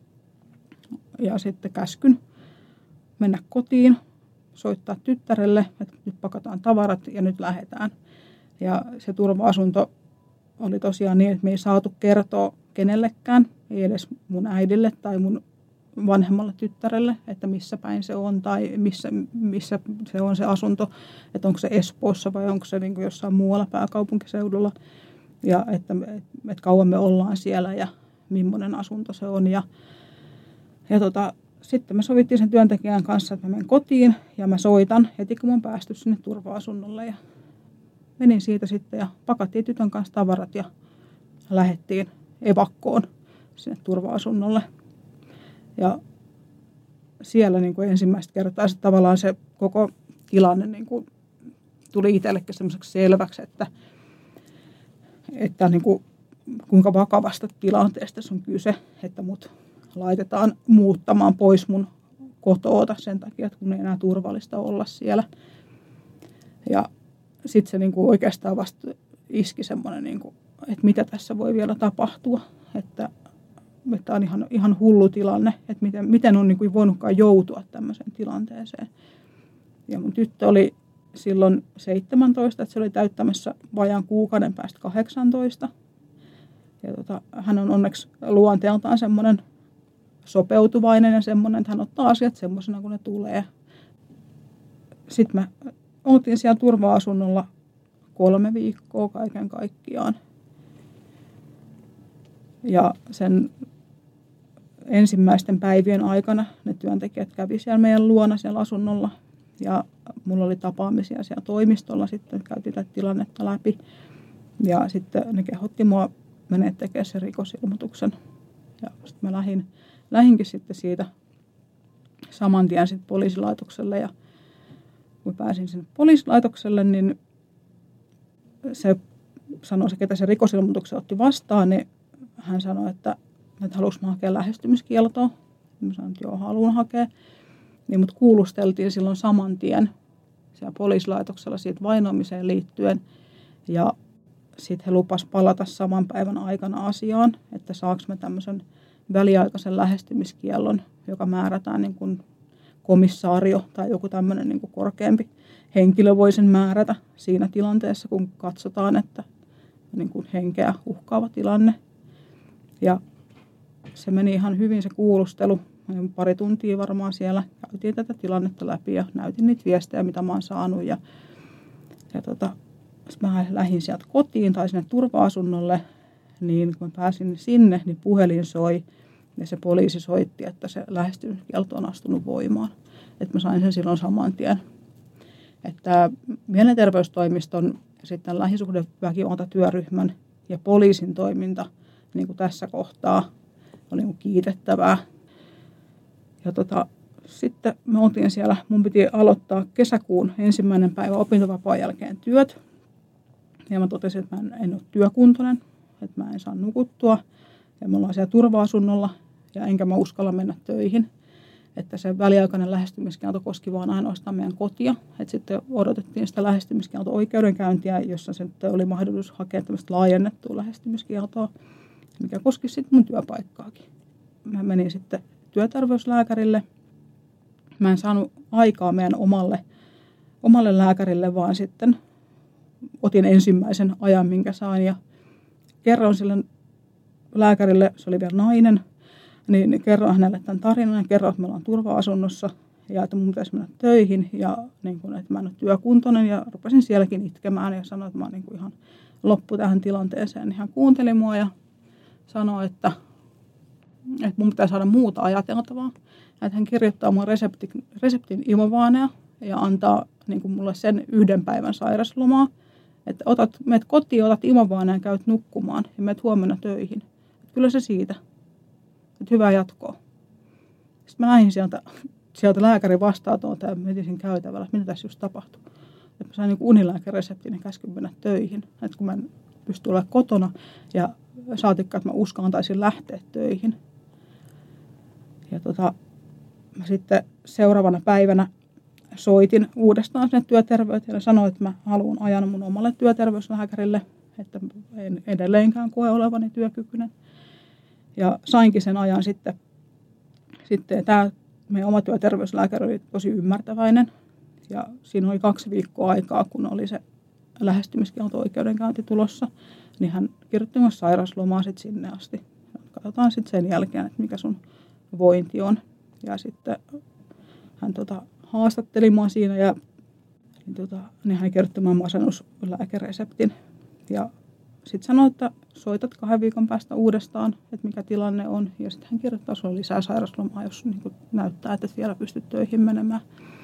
Speaker 3: ja sitten käskyn mennä kotiin, soittaa tyttärelle, että nyt pakataan tavarat ja nyt lähdetään. Ja se turva-asunto oli tosiaan niin, että me ei saatu kertoa kenellekään, ei edes mun äidille tai mun vanhemmalle tyttärelle, että missä päin se on tai missä, missä se on se asunto, että onko se Espoossa vai onko se niin kuin jossain muualla pääkaupunkiseudulla. Ja että, että kauan me ollaan siellä ja millainen asunto se on. Ja, ja tota, sitten me sovittiin sen työntekijän kanssa, että mä menen kotiin ja mä soitan heti kun mä oon päästy sinne turva-asunnolle. Ja menin siitä sitten ja pakattiin tytön kanssa tavarat ja lähdettiin evakkoon sinne turva-asunnolle. Ja siellä niin kuin ensimmäistä kertaa se, tavallaan se koko tilanne niin kuin tuli itsellekin semmoiseksi selväksi, että, että niin kuin, kuinka vakavasta tilanteesta on kyse, että mut laitetaan muuttamaan pois mun kotoota sen takia, että kun ei enää turvallista olla siellä. Ja sitten se niin kuin oikeastaan vasta iski semmoinen, niin kuin, että mitä tässä voi vielä tapahtua, että Että on ihan, ihan hullu tilanne, että miten, miten on niin kuin voinutkaan joutua tämmöiseen tilanteeseen. Ja mun tyttö oli silloin seitsemäntoista, että se oli täyttämässä vajaan kuukauden päästä kahdeksantoista. Ja tota, hän on onneksi luonteeltaan semmoinen sopeutuvainen ja semmoinen, että hän ottaa asiat semmoisena kuin ne tulee. Sitten me oltiin siellä turva-asunnolla kolme viikkoa kaiken kaikkiaan. Ja sen ensimmäisten päivien aikana ne työntekijät kävi siellä meidän luona siellä asunnolla. Ja mulla oli tapaamisia siellä toimistolla sitten, käytiin tätä tilannetta läpi. Ja sitten ne kehotti mua menee tekemään sen rikosilmoituksen. Ja sitten mä lähdin, lähdinkin sitten siitä saman tien sitten poliisilaitokselle. Ja kun pääsin sinne poliisilaitokselle, niin se sanoi se, ketä se rikosilmoituksen otti vastaan, niin hän sanoi, että, että haluaisin mä hakea lähestymiskieltoa. Mä sanoin, että joo, haluan hakea. Niin mut kuulusteltiin silloin saman tien siellä poliisilaitoksella siitä vainoamiseen liittyen. Ja sitten he lupas palata saman päivän aikana asiaan, että saaks me tämmöisen väliaikaisen lähestymiskiellon, joka määrätään niin kuin komissaario tai joku tämmöinen niin kuin korkeampi henkilö voi sen määrätä siinä tilanteessa, kun katsotaan, että niin kuin henkeä uhkaava tilanne. Ja se meni ihan hyvin se kuulustelu. Pari tuntia varmaan siellä käytiin tätä tilannetta läpi ja näytin niitä viestejä, mitä mä oon saanut. Ja, ja tota, mä lähdin sieltä kotiin tai sinne turva-asunnolle, niin kun mä pääsin sinne, niin puhelin soi ja se poliisi soitti, että se lähestymiskielto on astunut voimaan. Että mä sain sen silloin saman tien. Että mielenterveystoimiston, sitten lähisuhdeväkivaltatyöryhmän ja poliisin toiminta niin kuin tässä kohtaa oli niin kuin kiitettävää. Ja tota, sitten me oltiin siellä, mun piti aloittaa kesäkuun ensimmäinen päivä opintovapaan jälkeen työt. Ja mä totesin, että mä en, en ole työkuntoinen, että mä en saa nukuttua. Ja me ollaan siellä turva-asunnolla ja enkä mä uskalla mennä töihin. että se väliaikainen lähestymiskielto koski vaan ainoastaan meidän kotia. Että sitten odotettiin sitä lähestymiskielto-oikeudenkäyntiä, jossa se oli mahdollisuus hakea tämmöistä laajennettua lähestymiskieltoa, mikä koski sitten mun työpaikkaakin. Mä menin sitten työterveyslääkärille. Mä en saanut aikaa meidän omalle, omalle lääkärille, vaan sitten otin ensimmäisen ajan, minkä sain. Ja kerroin sille lääkärille, se oli vielä nainen, niin kerroin hänelle tämän tarinan ja kerroin, että me ollaan turva-asunnossa ja että mun pitäisi mennä töihin ja niin kuin, että mä en ole työkuntoinen ja rupesin sielläkin itkemään ja sanoin, että mä oon niin kuin ihan loppu tähän tilanteeseen. Hän kuunteli mua ja sanoi, että, että mun pitää saada muuta ajateltavaa. Että hän kirjoittaa mun resepti, reseptin Imovaanea ja antaa niin kuin mulle sen yhden päivän sairaslomaa. Että otat, meet kotiin, otat Imovaanea ja käyt nukkumaan ja meet huomenna töihin. Että kyllä se siitä. Että hyvää jatkoa. Sitten mä lähdin sieltä, sieltä lääkärin vastaanotolta ja mietin siinä käytävällä, että mitä tässä just tapahtui. Että mä sain niin kuin unilääkäreseptin ja käskyn mennä töihin. Että kun mä en pysty olemaan kotona ja saatikkaan, että mä uskaltaisin lähteä töihin. Ja tota, mä sitten seuraavana päivänä soitin uudestaan sinne työterveyteen ja sanoin, että mä haluan ajan mun omalle työterveyslääkärille, että en edelleenkään koe olevani työkykyinen. Ja sainkin sen ajan sitten. Sitten tämä meidän oma työterveyslääkäri oli tosi ymmärtäväinen. Ja siinä oli kaksi viikkoa aikaa, kun oli se lähestymiskielto-oikeudenkäynti tulossa. Niin hän kirjoitti myös sairauslomaa sitten sinne asti. Katsotaan sitten sen jälkeen, että mikä sun vointi on. Ja sitten hän tota, haastatteli mua siinä ja niin, tota, niin hän kirjoitti mua masennuslääkereseptin. Ja sitten sanoi, että soitat kahden viikon päästä uudestaan, että mikä tilanne on. Ja sitten hän kirjoittaa sulle lisää sairauslomaa, jos niin kuin näyttää, että et vielä pystyt töihin menemään.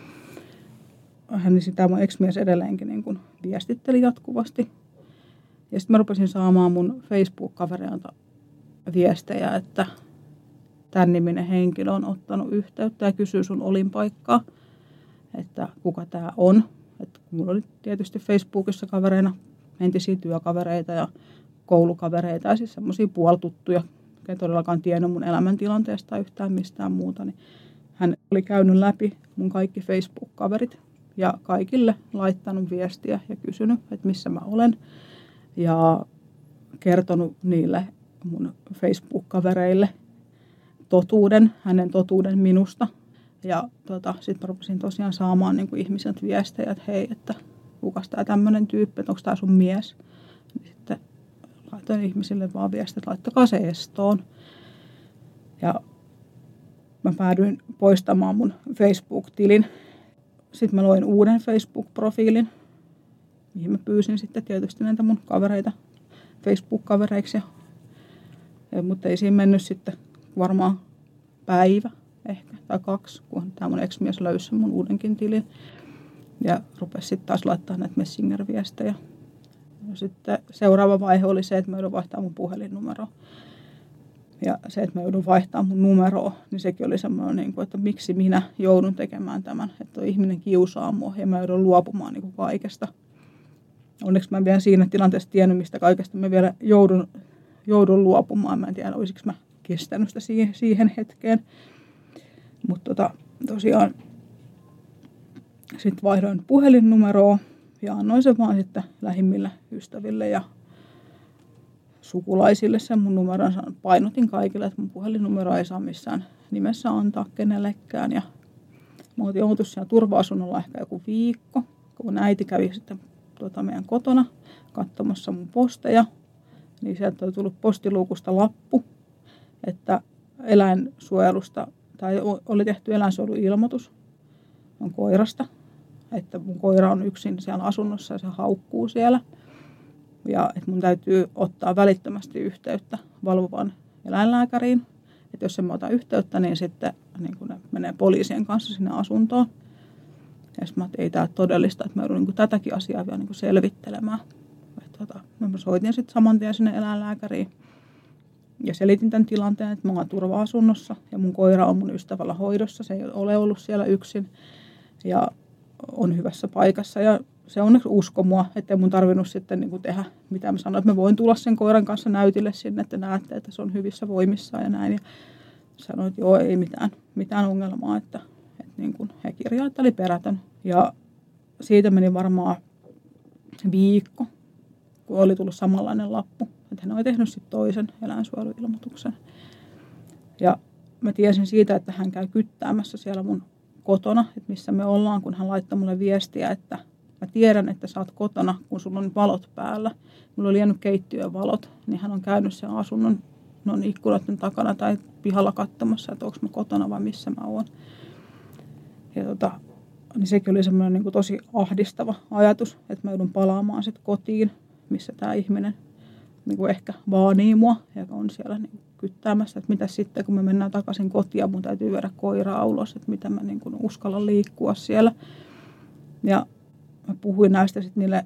Speaker 3: Hän sitä mun ex-mies edelleenkin niin kuin viestitteli jatkuvasti. Ja sitten mä rupesin saamaan mun Facebook-kavereilta viestejä, että tämän niminen henkilö on ottanut yhteyttä ja kysyy sun olinpaikkaa, että kuka tämä on. Että mulla oli tietysti Facebookissa kavereina entisiä työkavereita ja koulukavereita ja siis semmoisia puolituttuja, jotka ei todellakaan tiennyt mun elämäntilanteesta yhtään mistään muuta. Niin hän oli käynyt läpi mun kaikki Facebook-kaverit ja kaikille laittanut viestiä ja kysynyt, että missä mä olen. Ja kertonut niille mun Facebook-kavereille totuuden, hänen totuuden minusta. Ja tota, sitten mä rupesin tosiaan saamaan niin kuin ihmisiltä viestejä, että hei, että kukas tää tämmönen tyyppi, että onko tää sun mies. Niin sitten laitoin ihmisille vaan viestiä, että laittakaa se estoon. Ja mä päädyin poistamaan mun Facebook-tilin. Sitten mä loin uuden Facebook-profiilin, mihin mä pyysin sitten tietysti näitä mun kavereita Facebook-kavereiksi. Ja, ja, mutta ei siinä mennyt sitten varmaan päivä ehkä tai kaksi, kun tämä mun ex-mies löysi mun uudenkin tilin. Ja rupesi sitten taas laittaa näitä Messenger-viestejä. Ja sitten seuraava vaihe oli se, että mä joudun vaihtamaan mun puhelinnumeroa. Ja se, että mä joudun vaihtamaan mun numeroa, niin sekin oli semmoinen, että miksi minä joudun tekemään tämän. Että tuo ihminen kiusaa mua ja mä joudun luopumaan niin kuin kaikesta. Onneksi mä en vielä siinä tilanteessa tiennyt, mistä kaikesta mä vielä joudun, joudun luopumaan. Mä en tiedä, olisiko mä kestänyt sitä siihen, siihen hetkeen. Mutta tota, tosiaan sitten vaihdoin puhelinnumeroa ja annoin sen vaan sitten lähimmille ystäville ja sukulaisille sen mun numeron. Painotin kaikille, että mun puhelinnumero ei saa missään nimessä antaa kenellekään. Ja mä otin oltu siellä turva-asunnolla ehkä joku viikko, kun äiti kävi sitten tuota meidän kotona katsomassa mun posteja. Niin sieltä oli tullut postiluukusta lappu, että eläinsuojelusta, tai oli tehty eläinsuojeluilmoitus on koirasta, että mun koira on yksin siellä asunnossa ja se haukkuu siellä. Ja että mun täytyy ottaa välittömästi yhteyttä valvovan eläinlääkäriin. Että jos en mä ota yhteyttä, niin sitten niin kun ne menee poliisien kanssa sinne asuntoon. Ja sitten mä että ei tää todellista, että mä joudun niin tätäkin asiaa vielä niin selvittelemään. Että tota, mä soitin sitten saman tien sinne eläinlääkäriin. Ja selitin tämän tilanteen, että mä oon turva-asunnossa ja mun koira on mun ystävällä hoidossa. Se ei ole ollut siellä yksin ja on hyvässä paikassa. Ja se onneksi uskoi mua, ettei mun tarvinnut sitten niin kuin tehdä mitä mä sanoin. Että mä voin tulla sen koiran kanssa näytille sinne, että näette, että se on hyvissä voimissaan ja näin. Ja sanoin, että joo, ei mitään, mitään ongelmaa, että, että niin kuin he kirjoivat, että oli perätön. Ja siitä meni varmaan viikko, kun oli tullut samanlainen lappu. Että hän oli tehnyt sitten toisen eläinsuojeluilmoituksen. Ja mä tiesin siitä, että hän käy kyttäämässä siellä mun kotona, että missä me ollaan, kun hän laittoi mulle viestiä, että mä tiedän, että sä oot kotona, kun sulla on valot päällä. Mulla oli jäänyt keittiön valot, niin hän on käynyt sen asunnon non ikkunoiden takana tai pihalla katsomassa, että onko mä kotona vai missä mä oon. Ja tota, niin sekin oli semmoinen niin kuin tosi ahdistava ajatus, että mä joudun palaamaan sitten kotiin, missä tämä ihminen niin kuin ehkä vaanii mua ja on siellä niin kuin kyttäämässä, että mitä sitten, kun me mennään takaisin kotiin, mun täytyy viedä koiraa ulos, että mitä mä niin kuin uskallan liikkua siellä. Ja mä puhuin näistä sitten niille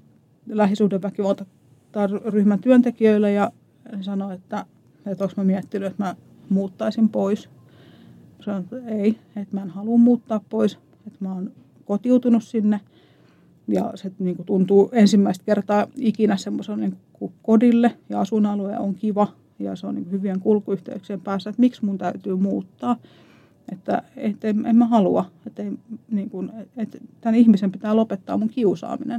Speaker 3: lähisuhdeväkivaltaryhmän työntekijöille ja sanoin, että, että onko mä miettinyt, että mä muuttaisin pois. Sanoin, että ei, että mä en halua muuttaa pois, että mä oon kotiutunut sinne. Ja se niin kuin tuntuu ensimmäistä kertaa ikinä semmoisen niin kuin kodille ja asuinalue on kiva ja se on niin kuin hyvien kulkuyhteyksien päässä, että miksi mun täytyy muuttaa. Että et, en, en mä halua, että, ei, niin kuin, että tämän ihmisen pitää lopettaa mun kiusaaminen.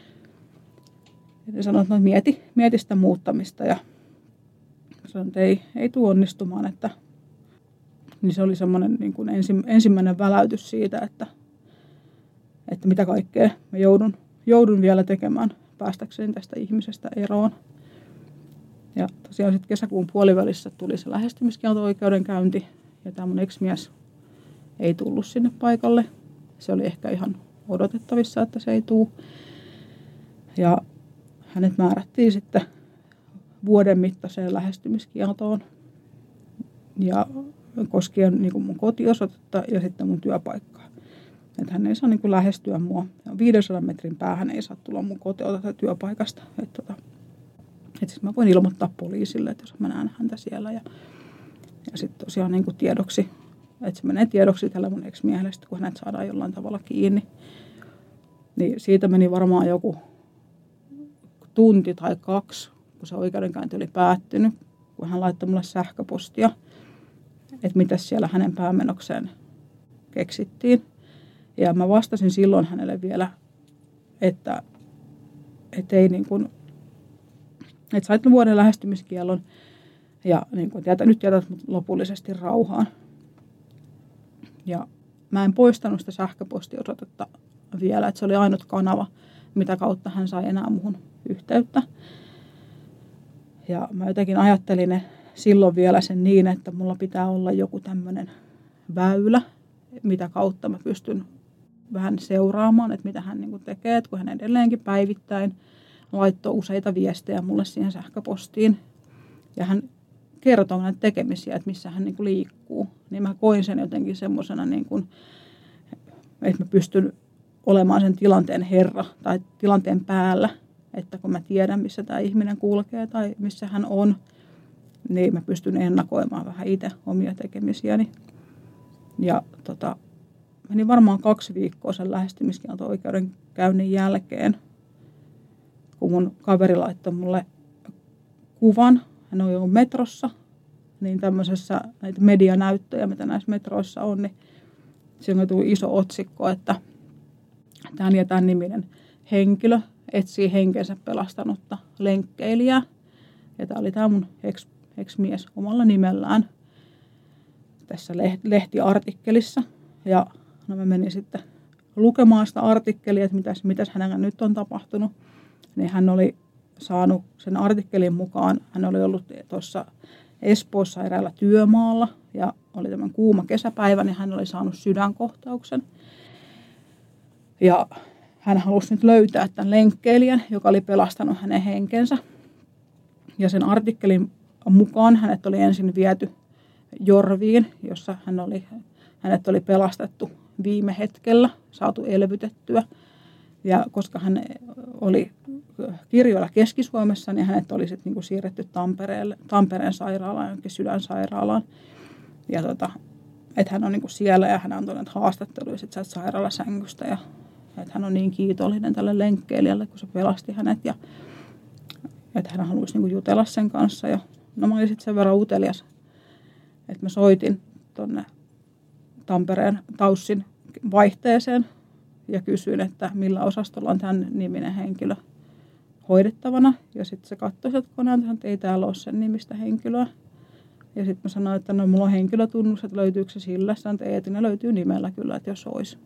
Speaker 3: Ja sanoin, että no, mieti, mieti sitä muuttamista ja sanoin, että ei, ei tule onnistumaan. Että, niin se oli semmoinen niin kuin ensi, ensimmäinen väläytys siitä, että, että mitä kaikkea mä joudun, joudun vielä tekemään päästäkseni tästä ihmisestä eroon. Ja tosiaan sitten kesäkuun puolivälissä tuli se lähestymiskielto-oikeudenkäynti ja tämä mun ex-mies ei tullut sinne paikalle. Se oli ehkä ihan odotettavissa, että se ei tule. Ja hänet määrättiin sitten vuoden mittaiseen lähestymiskieltoon ja koskien niin kuin mun kotiosoitetta ja sitten mun työpaikkaa. Että hän ei saa niin kuin lähestyä mua. viidensadan metrin päähän ei saa tulla mun kotiosoitetta työpaikasta. Että tota, et siis mä voin ilmoittaa poliisille, että jos mä näen häntä siellä. Ja, ja sitten tosiaan niin kuin tiedoksi, että se menee tiedoksi tällä mun ex-miehelle, kun hänet saadaan jollain tavalla kiinni. Niin siitä meni varmaan joku tunti tai kaksi, kun se oikeudenkäynti oli päättynyt, kun hän laittoi mulle sähköpostia, että mitä siellä hänen päämenokseen keksittiin. Ja mä vastasin silloin hänelle vielä, että, että, ei niin kuin, että sait vuoden lähestymiskiellon ja niin kuin, jätä, nyt jätät mut lopullisesti rauhaan. Ja mä en poistanut sitä sähköpostiosoitetta vielä, että se oli ainut kanava, mitä kautta hän sai enää muhun yhteyttä. Ja mä jotenkin ajattelin silloin vielä sen niin, että mulla pitää olla joku tämmöinen väylä, mitä kautta mä pystyn vähän seuraamaan, että mitä hän niin kuin tekee, että kun hän edelleenkin päivittäin laittoi useita viestejä mulle siihen sähköpostiin ja hän kertoo näitä tekemisiä, että missä hän niin kuin liikkuu, niin mä koin sen jotenkin semmoisena, niin kuin, että mä pystyn olemaan sen tilanteen herra tai tilanteen päällä, että kun mä tiedän, missä tämä ihminen kulkee tai missä hän on, niin mä pystyn ennakoimaan vähän itse omia tekemisiäni. Ja tota, meni varmaan kaksi viikkoa sen lähestymiskielto-oikeudenkäynnin jälkeen, kun mun kaveri laittoi mulle kuvan. Hän on jo metrossa, niin tämmöisessä näitä medianäyttöjä, mitä näissä metroissa on, niin siinä tuli iso otsikko, että tämän ja tämän niminen henkilö etsii henkensä pelastanutta lenkkeilijää. Ja tämä oli tämä mun ex, ex-mies omalla nimellään tässä lehtiartikkelissa. Ja no mä menin sitten lukemaan sitä artikkelia, että mitäs, mitäs hänellä nyt on tapahtunut. Niin hän oli saanut sen artikkelin mukaan, hän oli ollut tuossa Espoossa eräällä työmaalla ja oli tämän kuuma kesäpäivä, niin hän oli saanut sydänkohtauksen. Ja hän halusi nyt löytää tämän lenkkeilijän, joka oli pelastanut hänen henkensä. Ja sen artikkelin mukaan hänet oli ensin viety Jorviin, jossa hän oli, hänet oli pelastettu viime hetkellä, saatu elvytettyä. Ja koska hän oli kirjoilla Keski-Suomessa, niin hänet oli sitten niinku siirretty Tampereelle, Tampereen sairaalaan, jonkin sydänsairaalaan. Ja tota, että hän on niinku siellä ja hän antoi näitä haastatteluja sit sieltä sairaalasängystä. Ja että hän on niin kiitollinen tälle lenkkeilijälle, kun se pelasti hänet. Ja että hän haluaisi niinku jutella sen kanssa. Ja no mä olin sitten sen verran utelias, että mä soitin tuonne Tampereen Taussin vaihteeseen ja kysyin, että millä osastolla on tämän niminen henkilö hoidettavana. Ja sitten se katsoi sieltä koneelta, että ei täällä ole sen nimistä henkilöä. Ja sitten mä sanoin, että no mulla on henkilötunnus, että löytyykö se sillä. Sanoin, että ei, että ne löytyy nimellä kyllä, että jos olisi.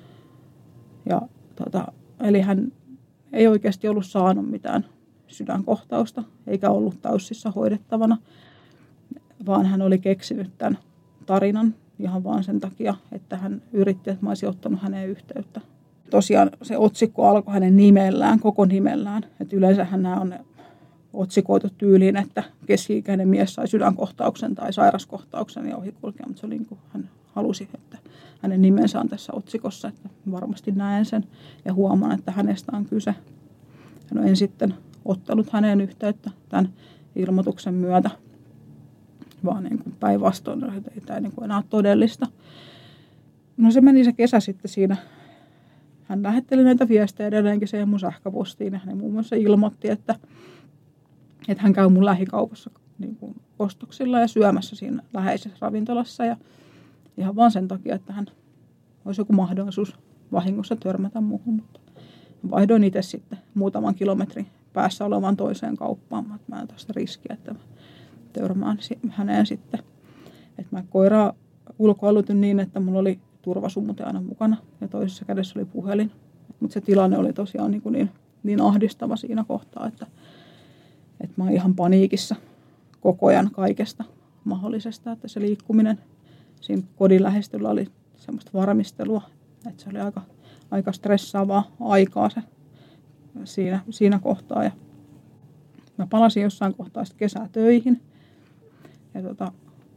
Speaker 3: Ja, tota, eli hän ei oikeasti ollut saanut mitään sydänkohtausta, eikä ollut Taussissa hoidettavana, vaan hän oli keksinyt tämän tarinan ihan vaan sen takia, että hän yritti, että mä olisin ottanut häneen yhteyttä. Tosiaan se otsikko alkoi hänen nimellään, koko nimellään. Että yleensähän nämä on otsikoitu tyyliin, että keski-ikäinen mies sai sydänkohtauksen tai sairaskohtauksen ja ohikulkea, mutta se oli niin kuin hän halusi, että hänen nimensä on tässä otsikossa, että varmasti näen sen ja huomaan, että hänestä on kyse. Hän en sitten ottanut häneen yhteyttä tämän ilmoituksen myötä, vaan niin kuin päinvastoin, että ei tämä niin kuin enää ole todellista. No se meni se kesä sitten siinä. Hän lähetteli näitä viestejä edelleenkin siihen mun sähköpostiin ja hän muun muassa ilmoitti, että, että hän käy mun lähikaupassa niin kuin ostoksilla ja syömässä siinä läheisessä ravintolassa. Ja ihan vaan sen takia, että hän olisi joku mahdollisuus vahingossa törmätä muuhun. Mutta vaihdoin itse sitten muutaman kilometrin päässä olevaan toiseen kauppaan. Mä en ota sitä riskiä, että mä törmään häneen sitten. Että mä koiraa ulkoilutin niin, että mulla oli turvasumute aina mukana ja toisessa kädessä oli puhelin. Mutta se tilanne oli tosiaan niin, niin, niin ahdistava siinä kohtaa, että, että mä oon ihan paniikissa koko ajan kaikesta mahdollisesta. Että se liikkuminen siinä kodin lähestyllä oli semmoista varmistelua, että se oli aika, aika stressaavaa aikaa se siinä, siinä kohtaa. Ja mä palasin jossain kohtaa sitten kesää töihin. Ja tota,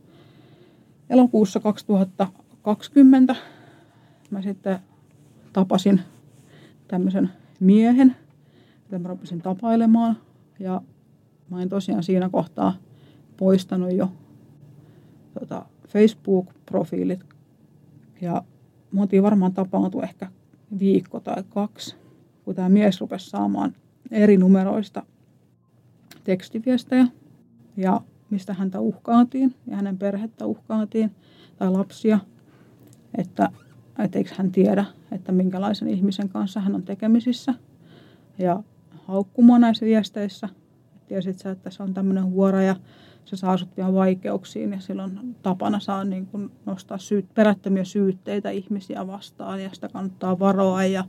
Speaker 3: elokuussa kaksituhattakaksikymmentä mä sitten tapasin tämmöisen miehen, jota mä rupesin tapailemaan. Ja mä olin tosiaan siinä kohtaa poistanut jo tota, Facebook-profiilit. Ja me oltiin varmaan tapaantu ehkä viikko tai kaksi, kun tämä mies rupesi saamaan eri numeroista tekstiviestejä. Ja mistä häntä uhkaatiin ja hänen perhettä uhkaatiin tai lapsia, että et eikö hän tiedä, että minkälaisen ihmisen kanssa hän on tekemisissä. Ja haukkumaan näissä viesteissä. Tiesit sä, että se on tämmöinen huora ja se saa sut vielä vaikeuksiin ja silloin tapana saa niin kuin nostaa syyt, perättömiä syytteitä ihmisiä vastaan ja sitä kannattaa varoa ja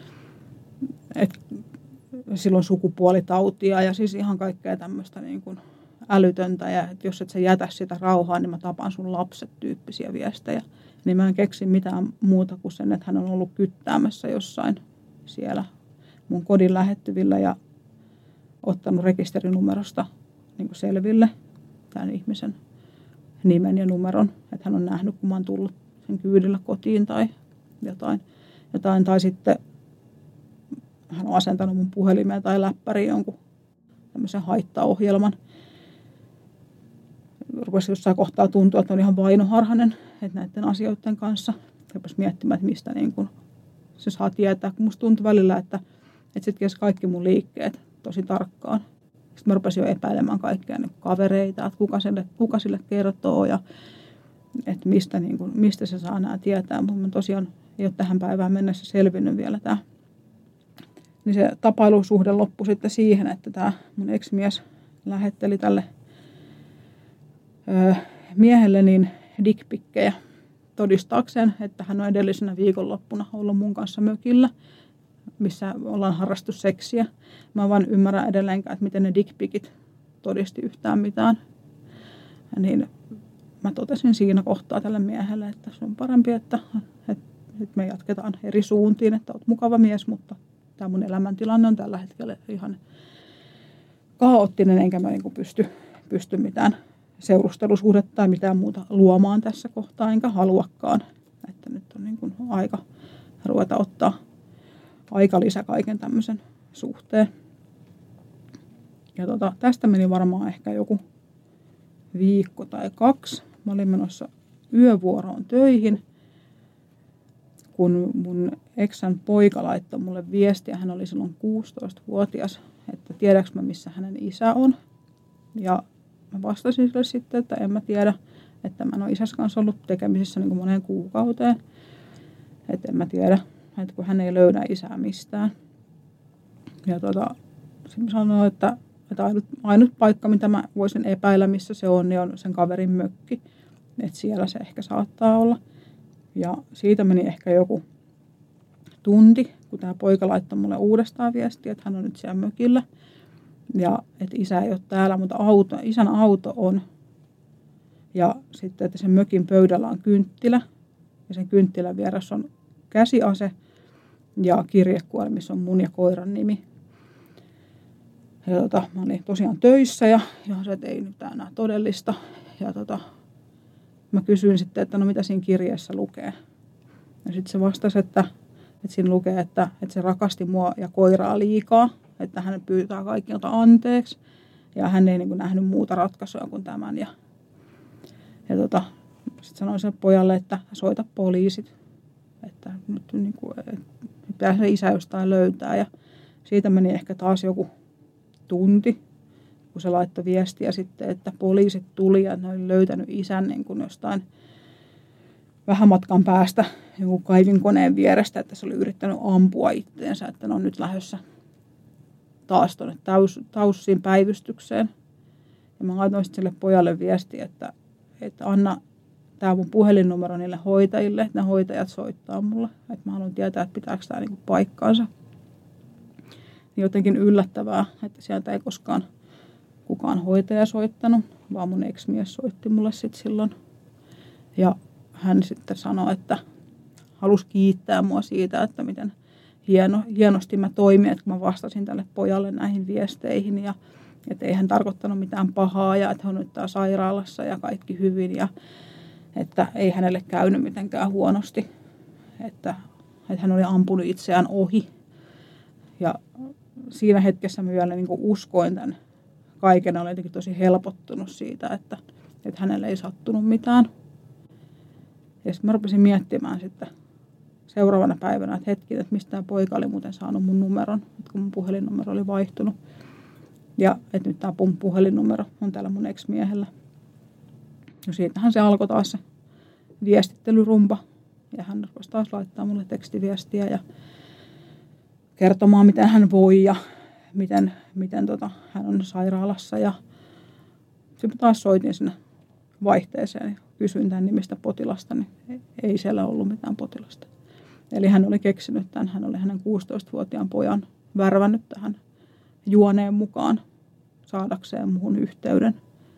Speaker 3: et, silloin sukupuolitautia ja siis ihan kaikkea tämmöistä niin kuin älytöntä ja että jos et sä jätä sitä rauhaa, niin mä tapan sun lapset tyyppisiä viestejä. Niin mä en keksi mitään muuta kuin sen, että hän on ollut kyttäämässä jossain siellä mun kodin lähettyvillä ja ottanut rekisterinumerosta niin kuin selville tämän ihmisen nimen ja numeron. Että hän on nähnyt, kun mä oon tullut sen kyydillä kotiin tai jotain. jotain. Tai sitten hän on asentanut mun puhelimeen tai läppäriin jonkun tämmöisen haittaohjelman. Rupesi jossain kohtaa tuntua, että on ihan vainoharhainen että näiden asioiden kanssa. Rupesi miettimään, että mistä niin kun se saa tietää. Kun musta tuntui välillä, että, että se tiesi kaikki mun liikkeet tosi tarkkaan. Sitten mä rupesin jo epäilemään kaikkia niin kavereita, että kuka sille, kuka sille kertoo ja että mistä, niin kun, mistä se saa nämä tietää. Mutta tosiaan ei ole tähän päivään mennessä selvinnyt vielä tämä. Niin se tapailusuhde loppui sitten siihen, että tämä mun ex-mies lähetteli tälle öö, miehelle niin dickpikkejä todistaakseen, että hän on edellisenä viikonloppuna ollut mun kanssa mökillä, missä ollaan harrastu seksiä. Mä vaan ymmärrän edelleenkään, että miten ne dickpikit todisti yhtään mitään. Ja niin mä totesin siinä kohtaa tälle miehelle, että se on parempi, että, että, että me jatketaan eri suuntiin, että oot mukava mies, mutta tämä mun elämäntilanne on tällä hetkellä ihan kaoottinen, enkä mä niin pysty, pysty mitään seurustelusuhdetta tai mitään muuta luomaan tässä kohtaa, enkä haluakaan. Että nyt on niin kuin aika ruveta ottaa aika lisä kaiken tämmöisen suhteen. Ja tota, tästä meni varmaan ehkä joku viikko tai kaksi. Mä olin menossa yövuoroon töihin, kun mun eksän poika laittoi mulle viestiä. Hän oli silloin kuusitoistavuotias, että tiedäks mä missä hänen isä on. Ja mä vastasin sille sitten, että en mä tiedä, Että mä en ole isässä kanssa ollut tekemisissä niin kuin moneen kuukauteen. Että en mä tiedä, että kun hän ei löydä isää mistään. Ja tota, sitten mä sanoin, että, että ainut, ainut paikka, mitä mä voisin epäillä, missä se on, niin on sen kaverin mökki. Että siellä se ehkä saattaa olla. Ja siitä meni ehkä joku tunti, kun tämä poika laittoi mulle uudestaan viestiä, että hän on nyt siellä mökillä. Ja että isä ei ole täällä, mutta auto, isän auto on. Ja sitten, että sen mökin pöydällä on kynttilä. Ja sen kynttilän vieressä on käsiase ja kirjekuori, missä on mun ja koiran nimi. Ja tota, mä olin tosiaan töissä ja, ja se, että ei nyt enää todellista. Ja tota, mä kysyin sitten, että no mitä siinä kirjeessä lukee. Ja sitten se vastasi, että, että siinä lukee, että, että se rakasti mua ja koiraa liikaa. Että hän pyytää kaikilta anteeksi. Ja hän ei niin kuin nähnyt muuta ratkaisua kuin tämän. Ja, ja tota, sitten sanoin sen pojalle, että soita poliisit. Että nyt niin kuin, pitää se isä jostain löytää. Ja siitä meni ehkä taas joku tunti, kun se laittoi viestiä sitten, että poliisit tuli ja ne oli löytänyt isän niin kuin jostain vähän matkan päästä joku kaivinkoneen vierestä, että se oli yrittänyt ampua itteensä, että ne on nyt lähdössä taas tuonne taus, taussiin päivystykseen. Ja mä laitoin sitten sille pojalle viestiä, että, että anna tämä mun puhelinnumero niille hoitajille, että ne hoitajat soittaa mulle. Että mä haluan tietää, että pitääkö tämä niinku paikkaansa. Niin jotenkin yllättävää, että sieltä ei koskaan kukaan hoitaja soittanut, vaan mun ex-mies soitti mulle sitten silloin. Ja hän sitten sanoi, että halusi kiittää mua siitä, että miten hieno, hienosti mä toimin, että kun mä vastasin tälle pojalle näihin viesteihin ja että ei hän tarkoittanut mitään pahaa ja että hän on nyt tää sairaalassa ja kaikki hyvin ja että ei hänelle käynyt mitenkään huonosti, että, että hän oli ampunut itseään ohi. Ja siinä hetkessä mä vielä niin kuin uskoin tämän kaiken, olen jotenkin tosi helpottunut siitä, että, että hänelle ei sattunut mitään. Ja sitten mä rupesin miettimään sitten seuraavana päivänä, että hetki, että mistä tämä poika oli muuten saanut mun numeron, että kun mun puhelinnumero oli vaihtunut. Ja että nyt tämä mun puhelinnumero on täällä mun ex-miehellä. No siitähän se alkoi taas se viestittelyrumpa. Ja hän rupesi taas laittaa mulle tekstiviestiä ja kertomaan, miten hän voi ja miten, miten tota, hän on sairaalassa. Ja sitten taas soitin sinne vaihteeseen ja kysyin tämän nimistä potilasta, niin ei siellä ollut mitään potilasta. Eli hän oli keksinyt tämän, hän oli hänen kuusitoistavuotiaan pojan värvännyt tähän juoneen mukaan saadakseen muun yhteyden.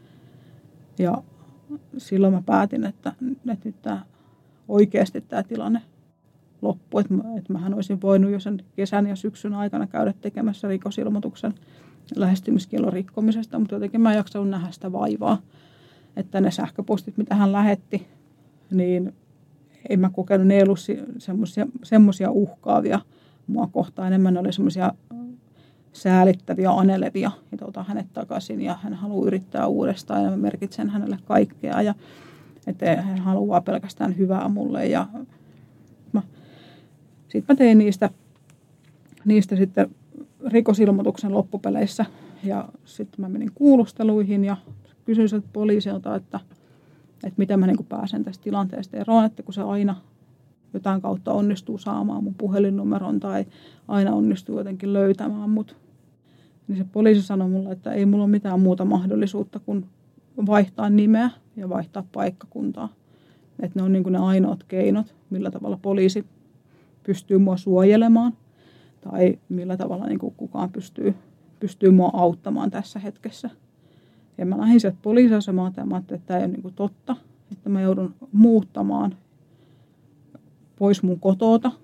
Speaker 3: Ja silloin mä päätin, että, että nyt tämä, oikeasti tämä tilanne loppui. Että, mä, että mähän olisin voinut jo sen kesän ja syksyn aikana käydä tekemässä rikosilmoituksen lähestymiskiellon rikkomisesta, mutta jotenkin mä en jaksanut nähdä sitä vaivaa. Että ne sähköpostit, mitä hän lähetti, niin en mä kokenut, ne ei ollut semmoisia uhkaavia mua kohtaan. Enemmän ne oli semmoisia säälittäviä, anelevia, että ota hänet takaisin ja hän haluaa yrittää uudestaan ja mä merkitsen hänelle kaikkea ja että hän haluaa pelkästään hyvää mulle ja mä, sitten mä tein niistä, niistä sitten rikosilmoituksen loppupeleissä ja sitten mä menin kuulusteluihin ja kysyin sieltä poliisilta, että, että miten mä niin kuin pääsen tästä tilanteesta eroon, että kun se aina jotain kautta onnistuu saamaan mun puhelinnumeron tai aina onnistuu jotenkin löytämään mut. Niin se poliisi sanoi mulle, että ei mulla ole mitään muuta mahdollisuutta kuin vaihtaa nimeä ja vaihtaa paikkakuntaa. Että ne on niin kuin ne ainoat keinot, millä tavalla poliisi pystyy mua suojelemaan tai millä tavalla niin kuin kukaan pystyy, pystyy mua auttamaan tässä hetkessä. Ja mä lähdin sieltä poliisiasemaan ja mä ajattelin, että tämä ei ole niin kuin totta, että mä joudun muuttamaan pois mun kotota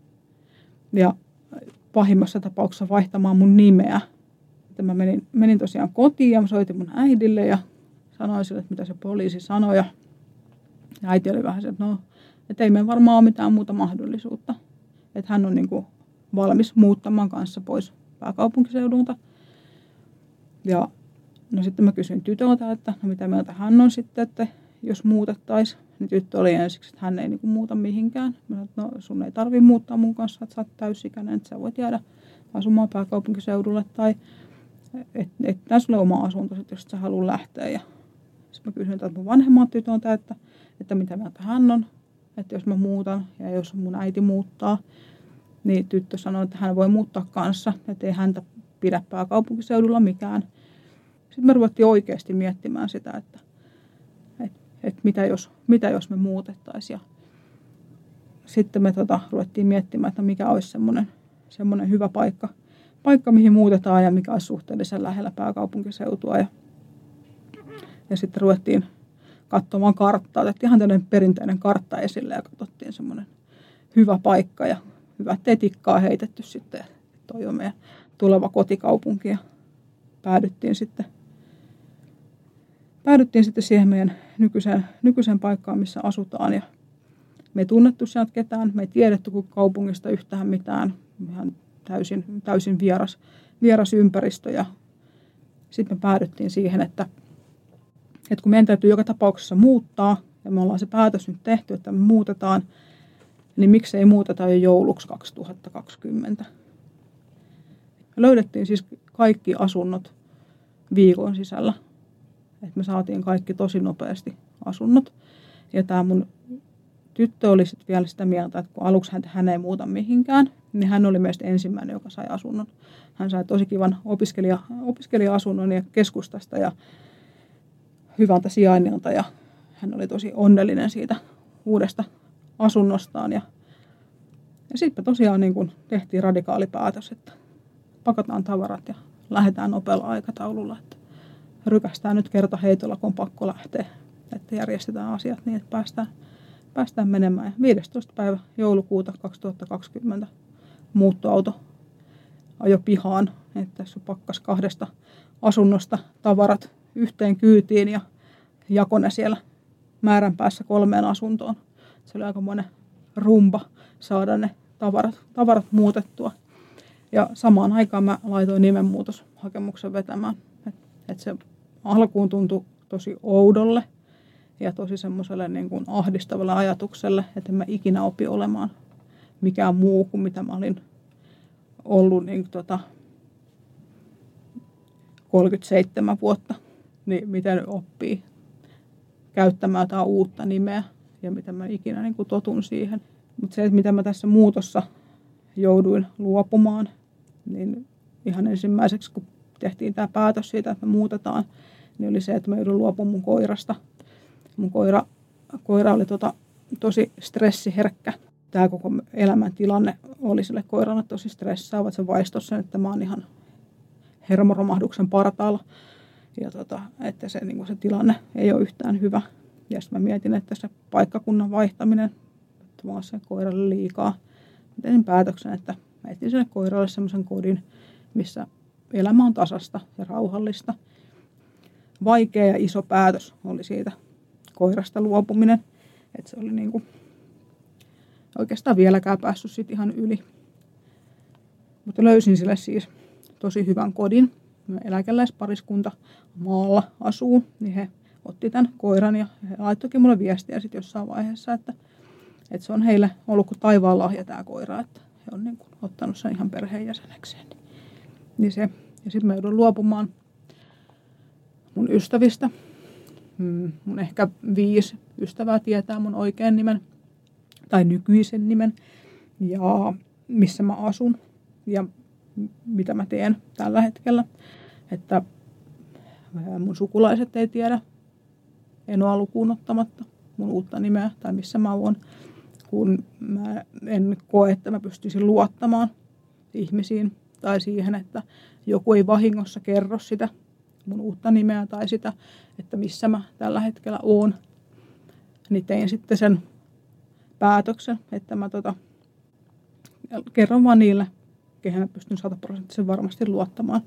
Speaker 3: ja pahimmassa tapauksessa vaihtamaan mun nimeä. Että mä menin, menin tosiaan kotiin ja mä soitin mun äidille ja sanoin sille, että mitä se poliisi sanoi. Ja äiti oli vähän se, että no, että ei meillä varmaan ole mitään muuta mahdollisuutta. Että hän on niin kuin valmis muuttamaan kanssa pois pääkaupunkiseudulta. Ja no sitten mä kysyin tytöltä, että no mitä mieltä hän on sitten, että jos muutettaisiin. Niin tyttö oli ensiksi, että hän ei niinku muuta mihinkään. Mä sanoin, että no sun ei tarvitse muuttaa mun kanssa, että sä oot täysikäinen, että sä voit jäädä asumaan pääkaupunkiseudulle. Tai että et, et, sulle oma asunto, sit, jos sä haluat lähteä. Ja Sitten mä kysyin, että mun vanhemmat tytöltä, että, että mitä mieltä hän on, että jos mä muutan ja jos mun äiti muuttaa, niin tyttö sanoi, että hän voi muuttaa kanssa, että ei häntä pidä pääkaupunkiseudulla mikään. Sitten me ruvettiin oikeasti miettimään sitä, että, että, että mitä, jos, mitä jos me muutettaisiin. Sitten me tota, ruvettiin miettimään, että mikä olisi semmoinen, semmoinen hyvä paikka, paikka, mihin muutetaan ja mikä olisi suhteellisen lähellä pääkaupunkiseutua. Ja, ja sitten ruvettiin katsomaan karttaa. Otettiin ihan tämmöinen perinteinen kartta esille ja katsottiin semmoinen hyvä paikka ja hyvät etikkaa heitetty sitten. Toi on meidän tuleva kotikaupunki ja päädyttiin sitten, päädyttiin sitten siihen meidän nykyiseen, nykyiseen paikkaan, missä asutaan. Ja me ei tunnettu sieltä ketään, me ei tiedetty kuin kaupungista yhtään mitään. Ihan täysin, täysin vieras, vieras ympäristö. Ja sitten me päädyttiin siihen, että, että kun meidän täytyy joka tapauksessa muuttaa, ja me ollaan se päätös nyt tehty, että me muutetaan, niin miksei muuteta jo jouluksi kaksituhattakaksikymmentä. Me löydettiin siis kaikki asunnot viikon sisällä. Et me saatiin kaikki tosi nopeasti asunnot. Ja tämä mun tyttö oli sitten vielä sitä mieltä, että kun aluksi hän, hän ei muuta mihinkään, niin hän oli meistä ensimmäinen, joka sai asunnon. Hän sai tosi kivan opiskelija, opiskelija-asunnon ja keskustasta ja hyvältä sijainnilta. Ja hän oli tosi onnellinen siitä uudesta asunnostaan. Ja, ja sitten tosiaan niin kun tehtiin radikaali päätös, että pakataan tavarat ja lähdetään nopealla aikataululla. Että rykästään nyt kerta heitolla, kun on pakko lähteä. Että järjestetään asiat niin, että päästään, päästään menemään. Ja viidestoista päivä joulukuuta kaksituhattakaksikymmentä muuttoauto ajoi pihaan. Että tässä pakkas kahdesta asunnosta tavarat yhteen kyytiin ja jakoi ne siellä määränpäässä kolmeen asuntoon. Se oli aikamoinen rumba saada ne tavarat, tavarat muutettua. Ja samaan aikaan mä laitoin nimenmuutoshakemuksen vetämään. Että et se alkuun tuntui tosi oudolle ja tosi semmoiselle niin kuin ahdistavalle ajatukselle, että en mä ikinä opi olemaan mikään muu kuin mitä mä olin ollut niin, tota, kolmekymmentäseitsemän vuotta. Niin miten oppii käyttämään jotain uutta nimeä ja miten mä ikinä niin kuin totun siihen. Mutta se, että mitä mä tässä muutossa jouduin luopumaan, niin ihan ensimmäiseksi, kun tehtiin tämä päätös siitä, että me muutetaan, niin oli se, että mä joudun luopumaan mun koirasta. Mun koira, koira oli tota, tosi stressiherkkä. Tämä koko elämäntilanne oli sille koiralle tosi stressaava. Se vaistosi sen, että mä oon ihan hermoromahduksen partaalla. Ja tota, että se, niin se tilanne ei ole yhtään hyvä. Ja sitten mä mietin, että se paikkakunnan vaihtaminen, että mä oon sen koiralle liikaa. Mä tein päätöksen, että mä etsin sille koiralle semmoisen kodin, missä elämä on tasasta ja rauhallista. Vaikea ja iso päätös oli siitä koirasta luopuminen. Että se oli niinku oikeastaan vieläkään päässyt sit ihan yli. Mutta löysin sille siis tosi hyvän kodin. Eläkeläispariskunta maalla asuu, niin he otti tämän koiran ja he laittoikin mulle viestiä sitten jossain vaiheessa, että, että se on heille ollut kuin taivaan lahja tämä koira, että he on niin kuin ottanut sen ihan perheenjäsenekseen. Niin se. Ja sitten mä joudun luopumaan mun ystävistä. Mun ehkä viisi ystävää tietää mun oikean nimen tai nykyisen nimen ja missä mä asun ja mitä mä teen tällä hetkellä. Että mun sukulaiset ei tiedä, en ole lukuun ottamatta mun uutta nimeä tai missä mä oon, kun mä en koe, että mä pystyisin luottamaan ihmisiin tai siihen, että joku ei vahingossa kerro sitä mun uutta nimeä tai sitä, että missä mä tällä hetkellä oon. Niin tein sitten sen päätöksen, että mä tota, kerron vaan niille, kehen mä pystyn sataprosenttisen varmasti luottamaan.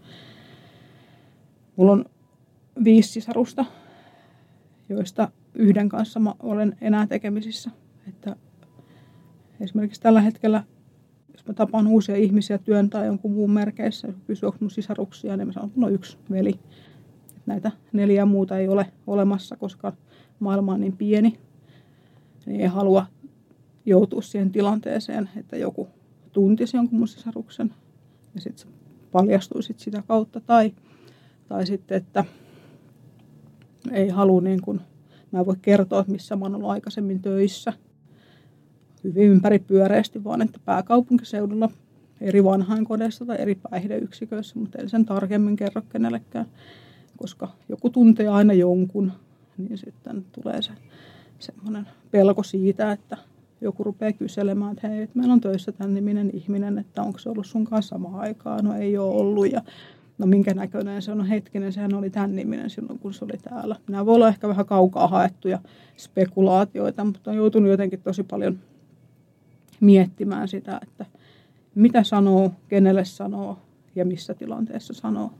Speaker 3: Mulla on viisi sisarusta, joista yhden kanssa mä olen enää tekemisissä. Että esimerkiksi tällä hetkellä, jos mä tapaan uusia ihmisiä työn tai jonkun muun merkeissä, jos kysyy, onko mun sisaruksia, niin mä sanon, että mulla on yksi veli. Että näitä neljää muuta ei ole olemassa, koska maailma on niin pieni. Niin ei halua joutua siihen tilanteeseen, että joku tuntisi jonkun mun sisaruksen ja sitten se paljastui sit sitä kautta. Tai, tai sitten, että ei halua, niin kuin, mä en voi kertoa, että missä mä oon ollut aikaisemmin töissä. Hyvin ympäripyöreästi vaan, että pääkaupunkiseudulla eri vanhainkodeissa tai eri päihdeyksiköissä, mutta en sen tarkemmin kerro kenellekään, koska joku tuntee aina jonkun, niin sitten tulee se semmoinen pelko siitä, että joku rupeaa kyselemään, että hei, että meillä on töissä tämän niminen ihminen, että onko se ollut sun kanssa samaan aikaan, no ei ole ollut ja no minkä näköinen se on, no hetkinen, sehän oli tämän niminen silloin, kun se oli täällä. Nämä voi olla ehkä vähän kaukaa haettuja spekulaatioita, mutta on joutunut jotenkin tosi paljon miettimään sitä, että mitä sanoo, kenelle sanoo ja missä tilanteessa sanoo.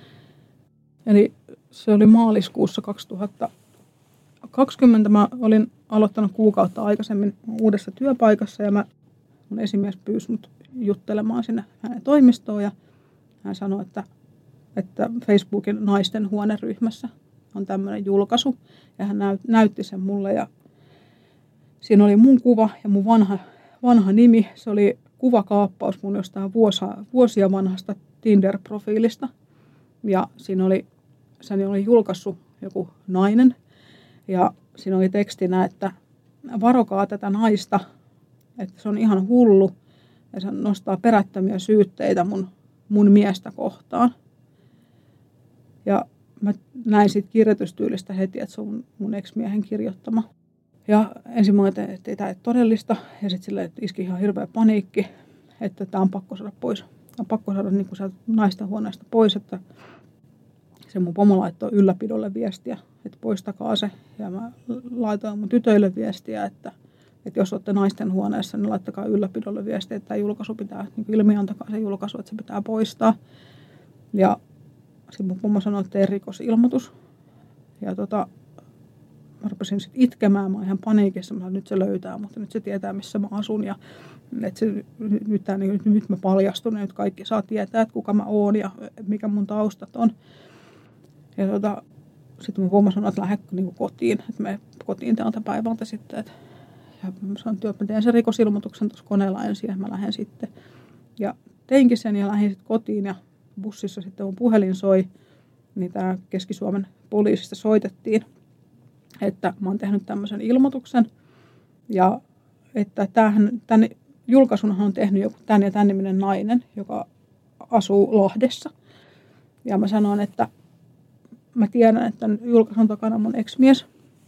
Speaker 3: Eli se oli maaliskuussa kaksituhattakaksikymmentä. Mä olin aloittanut kuukautta aikaisemmin uudessa työpaikassa ja mä, mun esimies pyysi mut juttelemaan sinne hänen toimistoon ja hän sanoi, että, että Facebookin naisten huoneryhmässä on tämmöinen julkaisu ja hän näytti sen mulle ja siinä oli mun kuva ja mun vanha, vanha nimi. Se oli kuvakaappaus mun jostain vuosia, vuosia vanhasta Tinder-profiilista ja siinä oli, sen oli julkaissut joku nainen ja siinä oli tekstinä, että varokaa tätä naista, että se on ihan hullu ja se nostaa perättömiä syytteitä mun, mun miestä kohtaan. Ja mä näin siitä kirjoitustyylistä heti, että se on mun, mun ex-miehen kirjoittama. Ja ensin mä ajattelin, että ei tämä ole todellista ja sitten silleen, että iski ihan hirveä paniikki, että tämä on pakko saada pois. Tämä on pakko saada niin kuin sieltä naisten huoneesta pois, että se mun pomo laittoi ylläpidolle viestiä, että poistakaa se. Ja mä laitoin mun tytöille viestiä, että, että jos olette naisten huoneessa, niin laittakaa ylläpidolle viestiä, että tämä julkaisu pitää, niin ilmiantakaa se julkaisu, että se pitää poistaa. Ja sitten mun pomo sanoi, että tee rikosilmoitus. Ja tota, mä rupesin sitten itkemään, mä oon ihan paniikissa, mä sanoin, nyt se löytää, mutta nyt se tietää, missä mä asun. Ja että se, nyt, tää, niin, nyt mä paljastun, nyt kaikki saa tietää, että kuka mä oon ja mikä mun taustat on. Ja tota, sitten mun pomo sanoi, että lähde niin kotiin, että me kotiin tältä päivältä sitten. Et, ja mä sanoin, että mä teen sen rikosilmoituksen tuossa koneella ensin ja mä lähden sitten. Ja teinkin sen ja lähdin sitten kotiin ja bussissa sitten mun puhelin soi, niin tää Keski-Suomen poliisista soitettiin, että mä oon tehnyt tämmöisen ilmoituksen ja että tämähän, tämän julkaisunhan on tehnyt joku tämän ja tämän niminen nainen, joka asuu Lahdessa. Ja mä sanoin, että mä tiedän, että julkaisun takana mun ex-mies.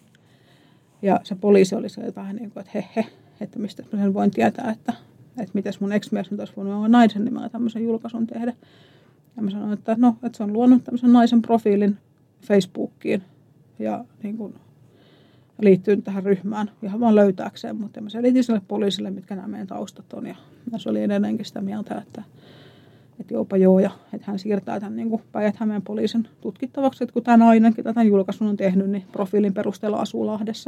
Speaker 3: Ja se poliisi oli se vähän niin kuin, että he he, että mistä mä sen voin tietää, että, että mites mun ex-mies nyt olisi voinut naisen nimellä tämmöisen julkaisun tehdä. Ja mä sanoin, että no, että se on luonut tämmöisen naisen profiilin Facebookiin ja niin kuin liittynyt tähän ryhmään ihan vaan löytääkseen, mutta mä selitin sille poliisille, mitkä nämä meidän taustat on. Ja se oli edelleenkin sitä mieltä, että että joopa joo, ja että hän siirtää tämän niin Päijät-Hämeen poliisin tutkittavaksi, että kun tämä nainen, ketä tämän julkaisun on tehnyt, niin profiilin perusteella asuu Lahdessa.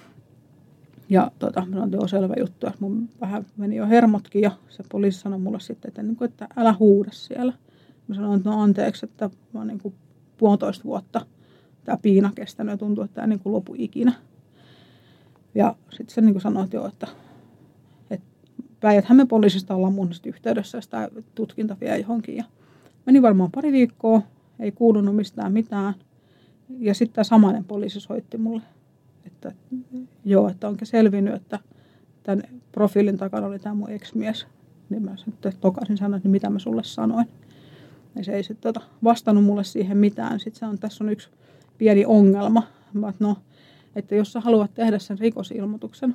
Speaker 3: Ja tota, mä sanoin, että joo, selvä juttu, että mun vähän meni jo hermotkin, ja se poliisi sanoi mulle sitten, että, niin kuin, että älä huuda siellä. Mä sanoin, että no anteeksi, että mä oon niin kuin puolitoista vuotta tämä piina kestänyt, ja tuntuu, että tämä niin kuin lopu ikinä. Ja sitten se niin kuin sanoi, että joo, että Päijät-Hämeen poliisista ollaan mun yhteydessä, ja sitä tutkinta vie johonkin. Ja meni varmaan pari viikkoa, ei kuulunut mistään mitään. Ja sitten tämä samainen poliisi soitti mulle, että joo, että onkin selvinnyt, että tämän profiilin takana oli tämä mun ex-mies. Niin mä sitten tokaisin sanoa, että mitä mä sulle sanoin. Ja se ei sitten tota vastannut mulle siihen mitään. Sitten se on, tässä on yksi pieni ongelma. Mä, että no, että jos sä haluat tehdä sen rikosilmoituksen,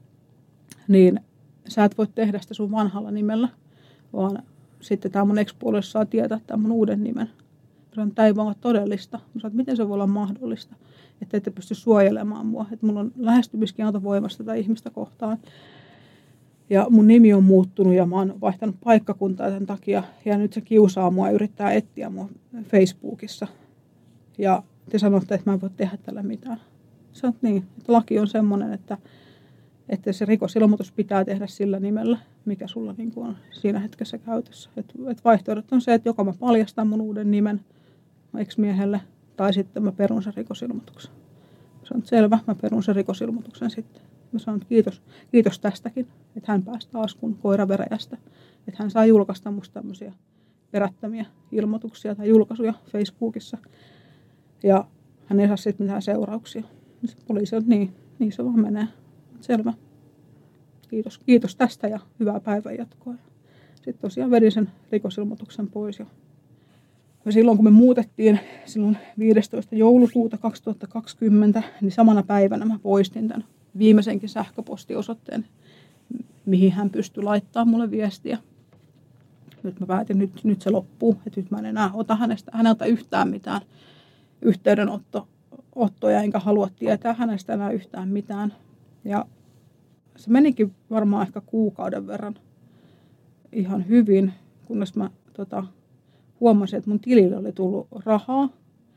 Speaker 3: niin sä et voi tehdä sitä sun vanhalla nimellä, vaan sitten tämä mun ex-puoliso saa tietää tämän mun uuden nimen. Mä sanon, että tämä ei vaan ole todellista. Mä sanon, että miten se voi olla mahdollista, että ette pysty suojelemaan mua. Että mulla on lähestymiskielto voimassa tätä ihmistä kohtaan. Ja mun nimi on muuttunut ja mä oon vaihtanut paikkakuntaa tämän takia. Ja nyt se kiusaa mua ja yrittää etsiä mua Facebookissa. Ja te sanotte, että mä en voi tehdä tällä mitään. Sä oot niin, että laki on semmoinen, että että se rikosilmoitus pitää tehdä sillä nimellä, mikä sulla niin kuin on siinä hetkessä käytössä. Et, et vaihtoehdot on se, että joko mä paljastan mun uuden nimen ex-miehelle, tai sitten mä perun sen rikosilmoituksen. Mä sanon, että selvä, mä perun sen rikosilmoituksen sitten. Mä sanon, että kiitos, kiitos tästäkin, että hän pääsi taas kun koira veräjästä. Että hän saa julkaista musta tämmöisiä perättömiä ilmoituksia tai julkaisuja Facebookissa. Ja hän ei saa siitä mitään seurauksia. Se poliisi on, niin, niin se vaan menee. Selvä. Kiitos, kiitos tästä ja hyvää päivänjatkoa. Sitten tosiaan vedin sen rikosilmoituksen pois. Ja silloin kun me muutettiin, silloin viidestoista joulukuuta kaksituhattakaksikymmentä, niin samana päivänä mä poistin tämän viimeisenkin sähköpostiosoitteen, mihin hän pystyi laittamaan mulle viestiä. Nyt mä päätin, nyt, nyt se loppuu, että nyt mä en enää ota hänestä, häneltä yhtään mitään yhteydenottoja, enkä halua tietää hänestä enää yhtään mitään. Ja se menikin varmaan ehkä kuukauden verran ihan hyvin, kunnes mä tota, huomasin, että mun tilille oli tullut rahaa.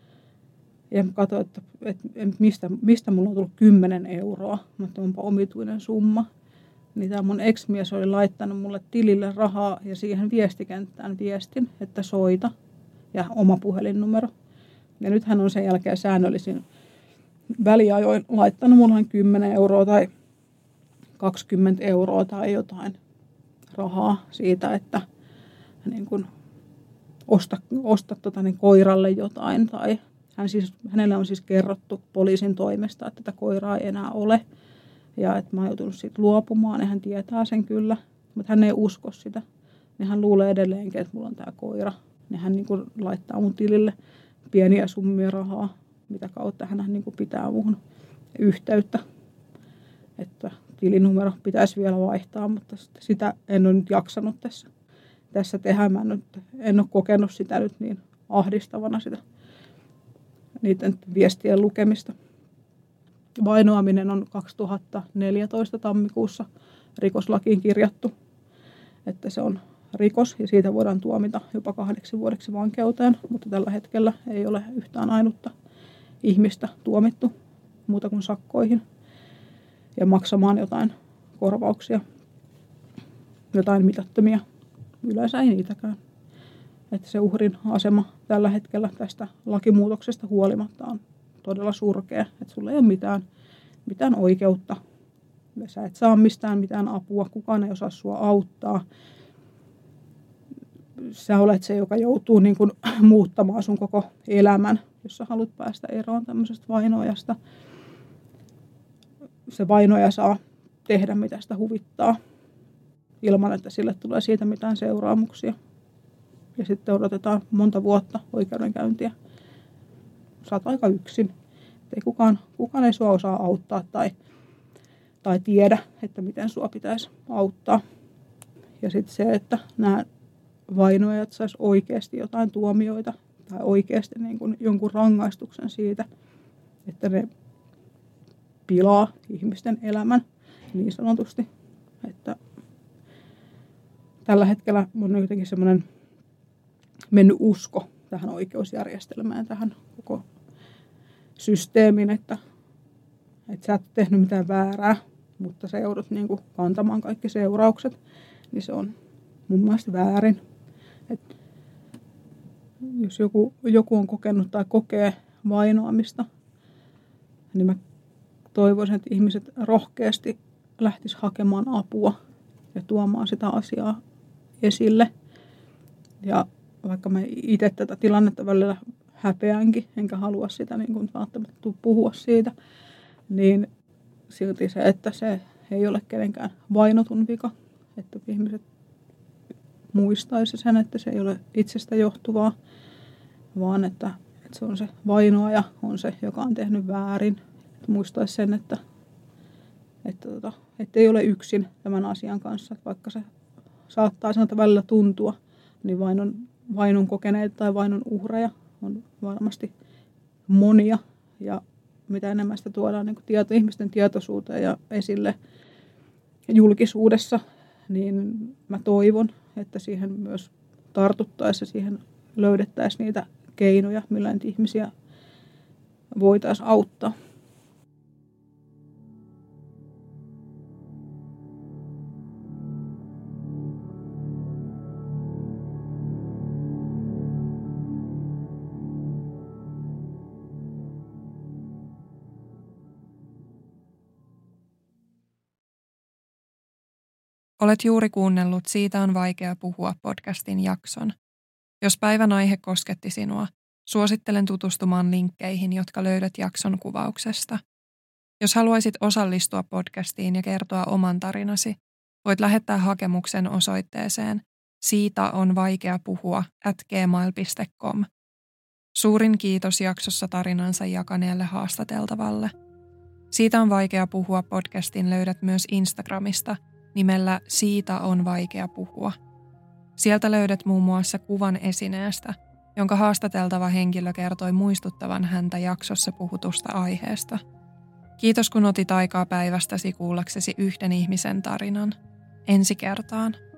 Speaker 3: Ja mä katsoin, että, että mistä, mistä mulla on tullut kymmenen euroa. Mä että onpa omituinen summa. Niin tämä mun ex-mies oli laittanut mulle tilille rahaa ja siihen viestikenttään viestin, että soita ja oma puhelinnumero. Ja nyt hän on sen jälkeen säännöllisin väliajoin laittanut mulle kymmenen euroa tai kaksikymmentä euroa tai jotain rahaa siitä, että niin kun osta, osta tota, niin koiralle jotain. Tai hän siis, hänelle on siis kerrottu poliisin toimesta, että tätä koiraa ei enää ole. Ja että mä oon joutunut siitä luopumaan ja hän tietää sen kyllä, mutta hän ei usko sitä. Niin hän luulee edelleenkin, että mulla on tää koira. Niin hän niin kuin laittaa mun tilille pieniä summia rahaa, mitä kautta hän niin kuin pitää muuhun yhteyttä. Että tilinumero pitäisi vielä vaihtaa, mutta sitä en ole nyt jaksanut tässä, tässä tehdä. Mä en, nyt, en ole kokenut sitä nyt niin ahdistavana sitä niiden viestien lukemista. Vainoaminen on kaksituhattaneljätoista tammikuussa rikoslakiin kirjattu, että se on rikos ja siitä voidaan tuomita jopa kahdeksi vuodeksi vankeuteen, mutta tällä hetkellä ei ole yhtään ainutta ihmistä tuomittu muuta kuin sakkoihin ja maksamaan jotain korvauksia, jotain mitättömiä. Yleensä ei niitäkään. Että se uhrin asema tällä hetkellä tästä lakimuutoksesta huolimatta on todella surkea, että sulla ei ole mitään, mitään oikeutta. Sä et saa mistään mitään apua, kukaan ei osaa sua auttaa. Sä olet se, joka joutuu niin kuin muuttamaan sun koko elämän, jos sä haluat päästä eroon tämmöisestä vainoajasta. Se vainoaja saa tehdä mitä sitä huvittaa, ilman että sille tulee siitä mitään seuraamuksia. Ja sitten odotetaan monta vuotta oikeudenkäyntiä. Sä oot aika yksin. Ei kukaan, kukaan ei sua osaa auttaa tai, tai tiedä, että miten sua pitäisi auttaa. Ja sitten se, että nämä vainoajat sais oikeasti jotain tuomioita tai oikeasti niin kuin jonkun rangaistuksen siitä, että ne pilaa ihmisten elämän niin sanotusti. Että tällä hetkellä on jotenkin semmoinen mennyt usko tähän oikeusjärjestelmään, tähän koko systeemin, että, että sä et tehnyt mitään väärää, mutta sä joudut niin kuin kantamaan kaikki seuraukset, niin se on mun mielestä väärin. Et jos joku, joku on kokenut tai kokee vainoamista, niin mä toivoisin, että ihmiset rohkeasti lähtis hakemaan apua ja tuomaan sitä asiaa esille. Ja vaikka mä itse tätä tilannetta välillä häpeänkin, enkä halua sitä niin kuin välttämättä puhua siitä, niin silti se, että se ei ole kenenkään vainotun vika, että ihmiset muistaisi sen, että se ei ole itsestä johtuvaa, vaan että, että se on se vainoaja, on se, joka on tehnyt väärin. Että muistaisi sen, että, että, että, että ei ole yksin tämän asian kanssa, että vaikka se saattaa sanota välillä tuntua, niin vainon, vainon kokeneita tai vainon uhreja on varmasti monia, ja mitä enemmän sitä tuodaan niin kuin tieto, ihmisten tietoisuuteen ja esille julkisuudessa, niin mä toivon, että siihen myös tartuttaisiin ja siihen löydettäisiin niitä keinoja, millä niitä ihmisiä voitaisiin auttaa.
Speaker 2: Olet juuri kuunnellut Siitä on vaikea puhua podcastin jakson. Jos päivän aihe kosketti sinua, Suosittelen tutustumaan linkkeihin, jotka löydät jakson kuvauksesta. Jos haluaisit osallistua podcastiin ja kertoa oman tarinasi, voit lähettää hakemuksen osoitteeseen siitä on vaikea puhua at gmail piste com. Suurin kiitos jaksossa tarinansa jakaneelle haastateltavalle. Siitä on vaikea puhua podcastin löydät myös Instagramista nimellä Siitä on vaikea puhua. Sieltä löydät muun muassa kuvan esineestä, jonka haastateltava henkilö kertoi muistuttavan häntä jaksossa puhutusta aiheesta. Kiitos kun otit aikaa päivästäsi kuullaksesi yhden ihmisen tarinan. Ensi kertaan.